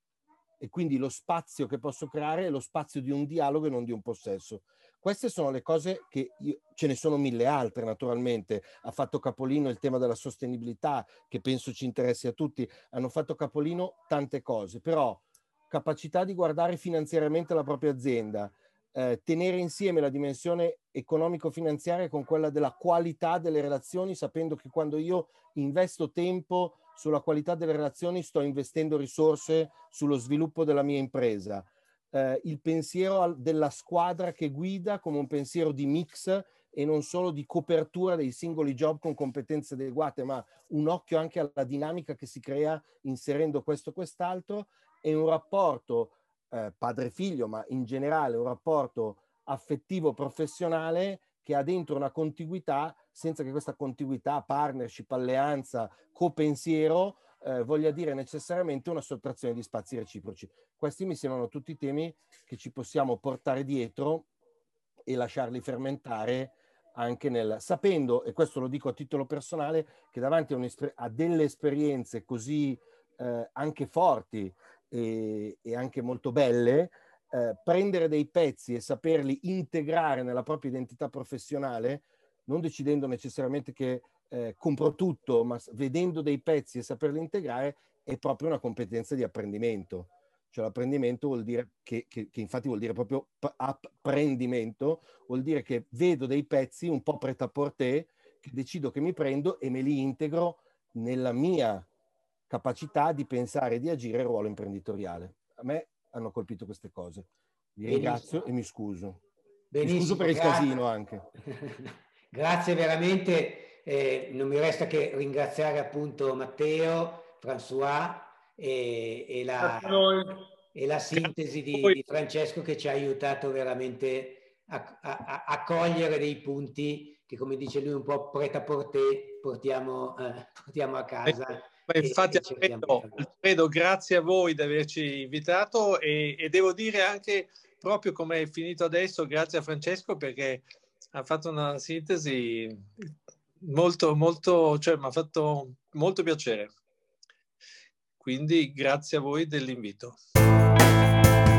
e quindi lo spazio che posso creare è lo spazio di un dialogo e non di un possesso. Queste sono le cose che ce ne sono mille altre naturalmente. Ha fatto capolino il tema della sostenibilità, che penso ci interessi a tutti. Hanno fatto capolino tante cose, però capacità di guardare finanziariamente la propria azienda, tenere insieme la dimensione economico-finanziaria con quella della qualità delle relazioni, sapendo che quando io investo tempo sulla qualità delle relazioni sto investendo risorse sullo sviluppo della mia impresa. Il pensiero della squadra che guida come un pensiero di mix e non solo di copertura dei singoli job con competenze adeguate, ma un occhio anche alla dinamica che si crea inserendo questo o quest'altro, e un rapporto padre-figlio, ma in generale un rapporto affettivo professionale che ha dentro una contiguità, senza che questa contiguità, partnership, alleanza, copensiero voglia dire necessariamente una sottrazione di spazi reciproci. Questi mi sembrano tutti temi che ci possiamo portare dietro e lasciarli fermentare anche sapendo, e questo lo dico a titolo personale, che davanti a delle esperienze così anche forti e anche molto belle, prendere dei pezzi e saperli integrare nella propria identità professionale, non decidendo necessariamente che compro tutto, ma vedendo dei pezzi e saperli integrare, è proprio una competenza di apprendimento. Cioè l'apprendimento vuol dire che infatti vuol dire proprio apprendimento, vuol dire che vedo dei pezzi un po' prêt-à-porter che decido che mi prendo e me li integro nella mia capacità di pensare e di agire il ruolo imprenditoriale. A me hanno colpito queste cose. Vi ringrazio e mi scuso. Benissimo, mi scuso per il casino anche. Grazie veramente. Non mi resta che ringraziare appunto Matteo, François e la sintesi di Francesco, che ci ha aiutato veramente a cogliere dei punti che, come dice lui, un po' prêt-à-porter portiamo a casa. Ma infatti Alfredo, grazie a voi di averci invitato e devo dire anche, proprio come è finito adesso, grazie a Francesco, perché ha fatto una sintesi molto, molto, cioè mi ha fatto molto piacere. Quindi grazie a voi dell'invito.